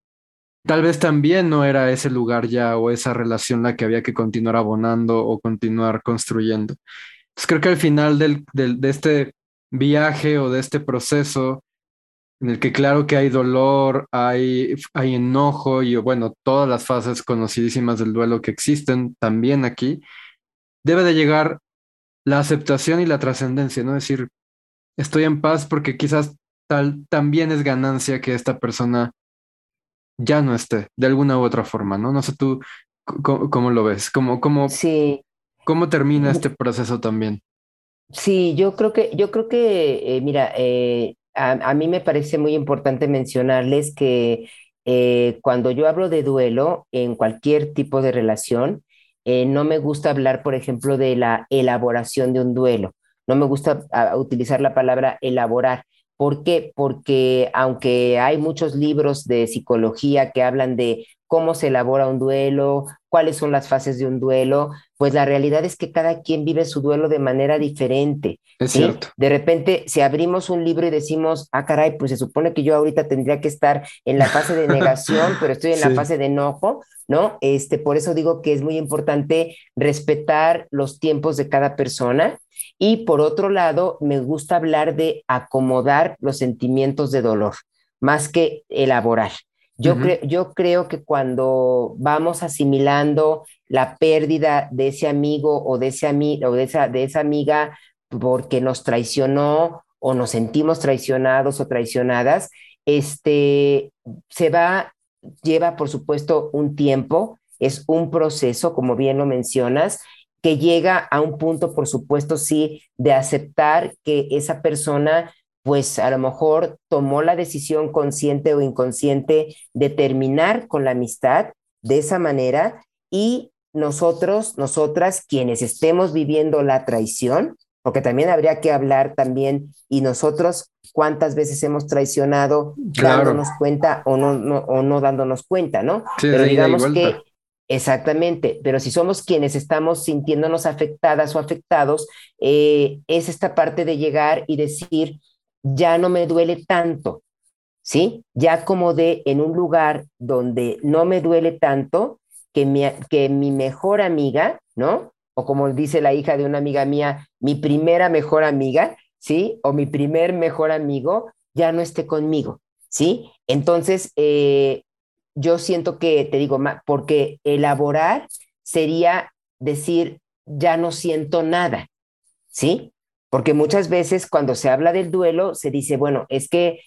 Tal vez también no era ese lugar ya o esa relación la que había que continuar abonando o continuar construyendo. Entonces creo que al final de este viaje o de este proceso, en el que claro que hay dolor, hay enojo y bueno, todas las fases conocidísimas del duelo que existen también aquí, debe de llegar la aceptación y la trascendencia, ¿no? Es decir, estoy en paz porque quizás también es ganancia que esta persona ya no esté, de alguna u otra forma, ¿no? No sé tú cómo lo ves, sí. cómo termina este proceso también. Sí, yo creo que, mira, a mí me parece muy importante mencionarles que cuando yo hablo de duelo en cualquier tipo de relación, no me gusta hablar, por ejemplo, de la elaboración de un duelo. No me gusta utilizar la palabra elaborar. ¿Por qué? Porque aunque hay muchos libros de psicología que hablan de cómo se elabora un duelo, cuáles son las fases de un duelo, pues la realidad es que cada quien vive su duelo de manera diferente, Es ¿sí? cierto. De repente, si abrimos un libro y decimos, ah, caray, pues se supone que yo ahorita tendría que estar en la fase de negación, pero estoy en la Sí. fase de enojo, ¿no? Por eso digo que es muy importante respetar los tiempos de cada persona. Y por otro lado, me gusta hablar de acomodar los sentimientos de dolor, más que elaborar. Ujú, Yo creo que cuando vamos asimilando la pérdida de ese amigo o de ese o de esa amiga porque nos traicionó o nos sentimos traicionados o traicionadas, se va, lleva por supuesto un tiempo, es un proceso, como bien lo mencionas, que llega a un punto, por supuesto, sí, de aceptar que esa persona, pues a lo mejor tomó la decisión consciente o inconsciente de terminar con la amistad de esa manera y nosotros, nosotras, quienes estemos viviendo la traición, porque también habría que hablar también, y nosotros, cuántas veces hemos traicionado claro. dándonos cuenta o no dándonos cuenta, ¿no? Sí, Pero de ida y digamos vuelta. que exactamente, pero si somos quienes estamos sintiéndonos afectadas o afectados, es esta parte de llegar y decir, ya no me duele tanto, ¿sí? Ya acomodé en un lugar donde no me duele tanto que mi mejor amiga, ¿no? O como dice la hija de una amiga mía, mi primera mejor amiga, ¿sí? O mi primer mejor amigo ya no esté conmigo, ¿sí? Entonces, yo siento que, te digo, porque elaborar sería decir, ya no siento nada, ¿sí? Porque muchas veces cuando se habla del duelo se dice, bueno, es que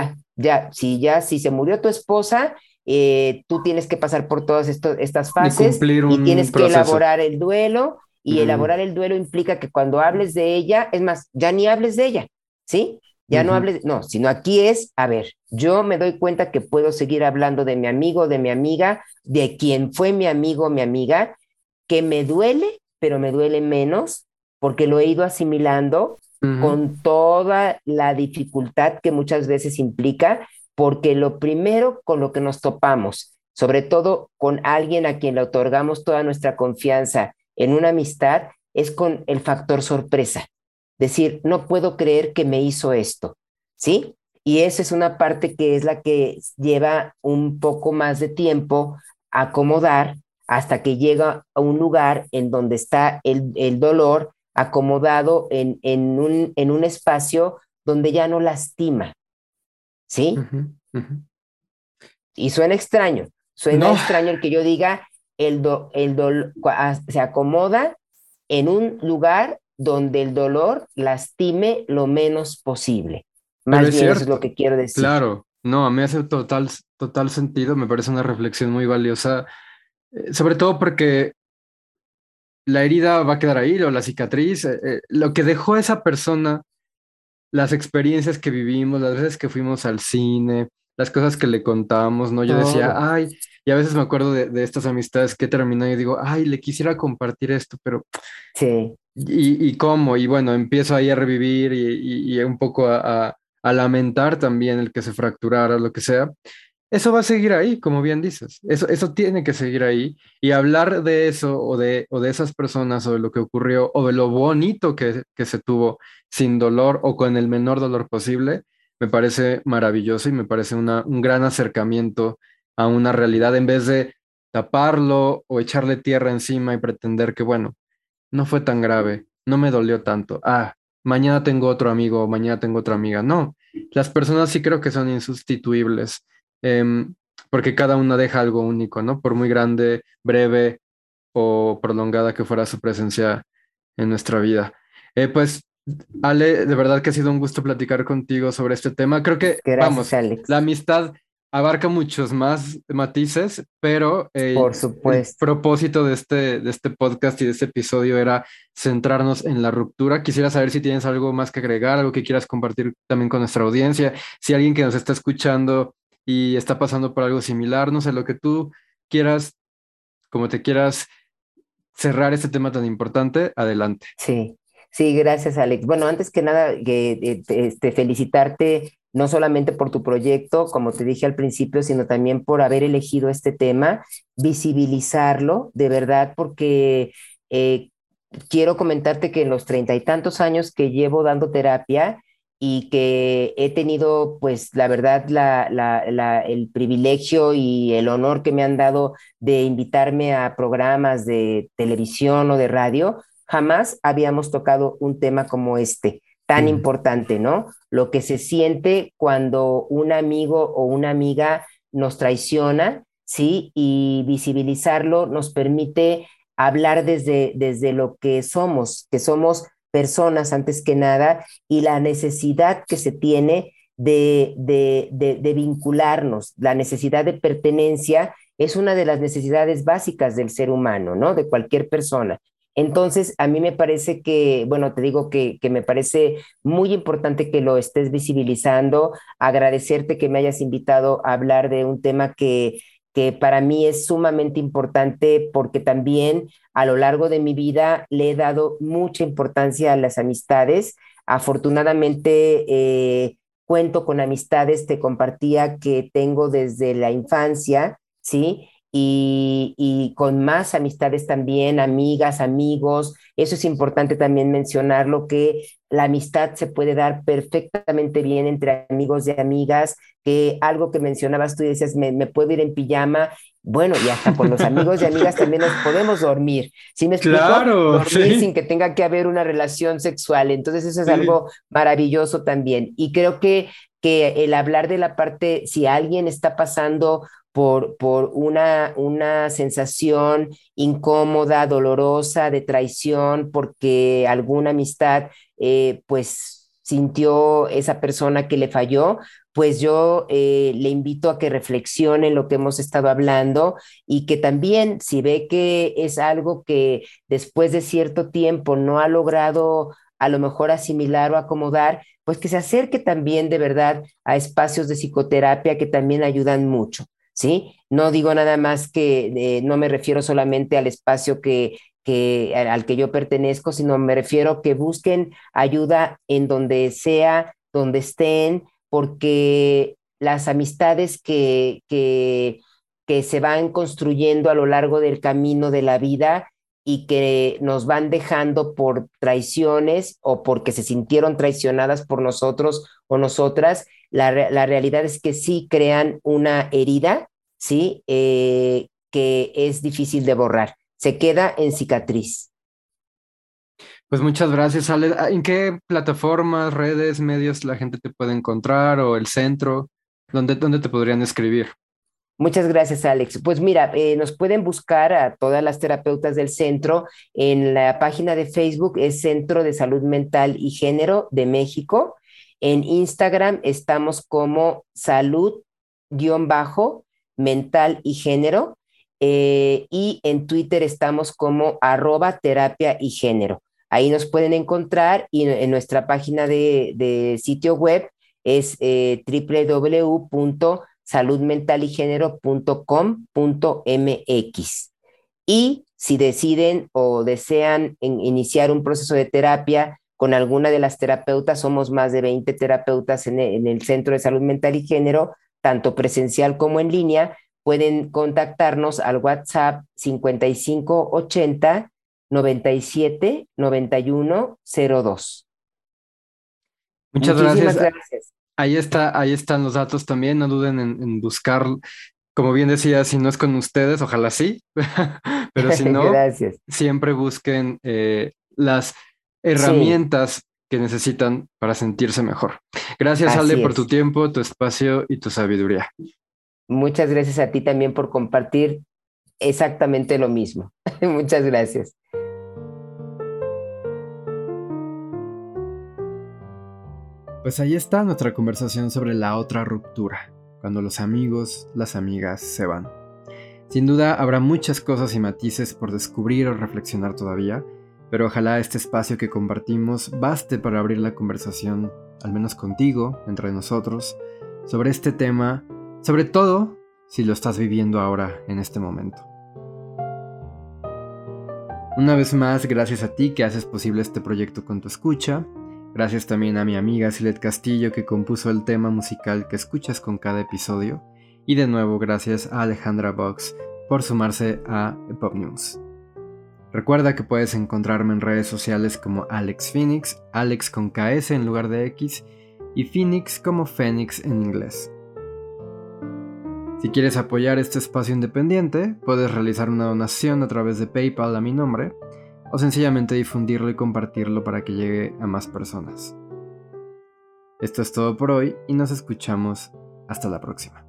si se murió tu esposa, tú tienes que pasar por todas estas Y fases cumplir y un tienes que proceso. elaborar el duelo y Mm, elaborar el duelo implica que cuando hables de ella, es más, ya ni hables de ella, ¿sí? Ya no ujú, hables, no, sino aquí es, a ver, yo me doy cuenta que puedo seguir hablando de mi amigo, de mi amiga, de quien fue mi amigo o mi amiga, que me duele, pero me duele menos porque lo he ido asimilando ujú. con toda la dificultad que muchas veces implica, porque lo primero con lo que nos topamos, sobre todo con alguien a quien le otorgamos toda nuestra confianza en una amistad, es con el factor sorpresa. Decir, no puedo creer que me hizo esto, ¿sí? Y esa es una parte que es la que lleva un poco más de tiempo a acomodar hasta que llega a un lugar en donde está el dolor acomodado en un espacio donde ya no lastima, ¿sí? Ujú, ujú. Y suena No, extraño el que yo diga, se acomoda en un lugar donde el dolor lastime lo menos posible. pero Más es bien eso es lo cierto, que quiero decir. claro. No, a mí hace total sentido, me parece una reflexión muy valiosa, sobre todo porque la herida va a quedar ahí, o la cicatriz, lo que dejó esa persona, las experiencias que vivimos, las veces que fuimos al cine, las cosas que le contamos, ¿no? Yo decía, Todo, ay, y a veces me acuerdo de estas amistades que terminan y digo, ay, le quisiera compartir esto, pero sí. ¿y cómo? Y bueno, empiezo ahí a revivir y un poco a lamentar también el que se fracturara, lo que sea. Eso va a seguir ahí, como bien dices. Eso tiene que seguir ahí. Y hablar de eso o de esas personas o de lo que ocurrió o de lo bonito que se tuvo sin dolor o con el menor dolor posible, me parece maravilloso y me parece un gran acercamiento a una realidad en vez de taparlo o echarle tierra encima y pretender que, bueno, no fue tan grave, no me dolió tanto. Ah, mañana tengo otro amigo, mañana tengo otra amiga. No, las personas sí creo que son insustituibles, em, porque cada una deja algo único, ¿no? Por muy grande, breve o prolongada que fuera su presencia en nuestra vida. Pues, Ale, de verdad que ha sido un gusto platicar contigo sobre este tema. Creo que, Gracias, vamos, la Alex. amistad abarca muchos más matices, pero Por el supuesto. propósito de este podcast y de este episodio era centrarnos en la ruptura. Quisiera saber si tienes algo más que agregar, algo que quieras compartir también con nuestra audiencia, si alguien que nos está escuchando y está pasando por algo similar, no sé, lo que tú quieras, como te quieras cerrar este tema tan importante, adelante. Sí. Sí, gracias, Alex. Bueno, antes que nada, felicitarte no solamente por tu proyecto, como te dije al principio, sino también por haber elegido este tema, visibilizarlo, de verdad, porque eh, quiero comentarte que en los 30 y tantos años que llevo dando terapia y que he tenido, pues, la verdad, el privilegio y el honor que me han dado de invitarme a programas de televisión o de radio, jamás habíamos tocado un tema como este, tan Sí. importante, ¿no? Lo que se siente cuando un amigo o una amiga nos traiciona, ¿sí? Y visibilizarlo nos permite hablar desde lo que somos personas antes que nada, y la necesidad que se tiene de vincularnos, la necesidad de pertenencia es una de las necesidades básicas del ser humano, ¿no? De cualquier persona. Entonces, a mí me parece que, bueno, te digo que me parece muy importante que lo estés visibilizando, agradecerte que me hayas invitado a hablar de un tema que para mí es sumamente importante porque también a lo largo de mi vida le he dado mucha importancia a las amistades. Afortunadamente, cuento con amistades, te compartía que tengo desde la infancia, ¿sí? Y con más amistades también, amigas, amigos. Eso es importante también mencionarlo, que la amistad se puede dar perfectamente bien entre amigos y amigas, que algo que mencionabas tú y decías, me puedo ir en pijama. Bueno, y hasta con los amigos y amigas también nos podemos dormir. ¿Sí me explico? Claro, Dormir sí, sin que tenga que haber una relación sexual. Entonces eso es sí. algo maravilloso también. Y creo que el hablar de la parte, si alguien está pasando por una sensación incómoda, dolorosa, de traición, porque alguna amistad, pues sintió esa persona que le falló, pues yo le invito a que reflexione en lo que hemos estado hablando, y que también si ve que es algo que después de cierto tiempo no ha logrado a lo mejor asimilar o acomodar, pues que se acerque también de verdad a espacios de psicoterapia que también ayudan mucho. ¿Sí? No digo nada más no me refiero solamente al espacio al que yo pertenezco, sino me refiero que busquen ayuda en donde sea, donde estén, porque las amistades que se van construyendo a lo largo del camino de la vida y que nos van dejando por traiciones o porque se sintieron traicionadas por nosotros o nosotras, la realidad es que sí crean una herida, ¿sí? Que es difícil de borrar. Se queda en cicatriz. Pues muchas gracias, Ale. ¿En qué plataformas, redes, medios la gente te puede encontrar o el centro? ¿Dónde te podrían escribir? Muchas gracias, Alex. Pues mira, nos pueden buscar a todas las terapeutas del centro en la página de Facebook, es Centro de Salud Mental y Género de México. En Instagram estamos como salud-mental y género. Y en Twitter estamos como @terapia y género. Ahí nos pueden encontrar, y en nuestra página de sitio web es www.saludmentaligénero.com.mx. Y si deciden o desean iniciar un proceso de terapia con alguna de las terapeutas, somos más de 20 terapeutas en el Centro de Salud Mental y Género, tanto presencial como en línea, pueden contactarnos al WhatsApp 5580 97 9102. Muchas Muchísimas gracias. gracias. Ahí están los datos también. No duden en buscar, como bien decía, si no es con ustedes, ojalá sí, pero si no, Gracias. siempre busquen las Sí, herramientas que necesitan para sentirse mejor. Gracias, Ale, así por tu es. tiempo, tu espacio y tu sabiduría. Muchas gracias a ti también por compartir exactamente lo mismo. Muchas gracias. Pues ahí está nuestra conversación sobre la otra ruptura, cuando los amigos, las amigas se van. Sin duda habrá muchas cosas y matices por descubrir o reflexionar todavía, pero ojalá este espacio que compartimos baste para abrir la conversación, al menos contigo, entre nosotros, sobre este tema, sobre todo si lo estás viviendo ahora en este momento. Una vez más, gracias a ti que haces posible este proyecto con tu escucha. Gracias también a mi amiga Silet Castillo que compuso el tema musical que escuchas con cada episodio. Y de nuevo, gracias a Alejandra Box por sumarse a Pop News. Recuerda que puedes encontrarme en redes sociales como Alex Phoenix, Alex con KS en lugar de X, y Phoenix como Phoenix en inglés. Si quieres apoyar este espacio independiente, puedes realizar una donación a través de PayPal a mi nombre, o sencillamente difundirlo y compartirlo para que llegue a más personas. Esto es todo por hoy y nos escuchamos hasta la próxima.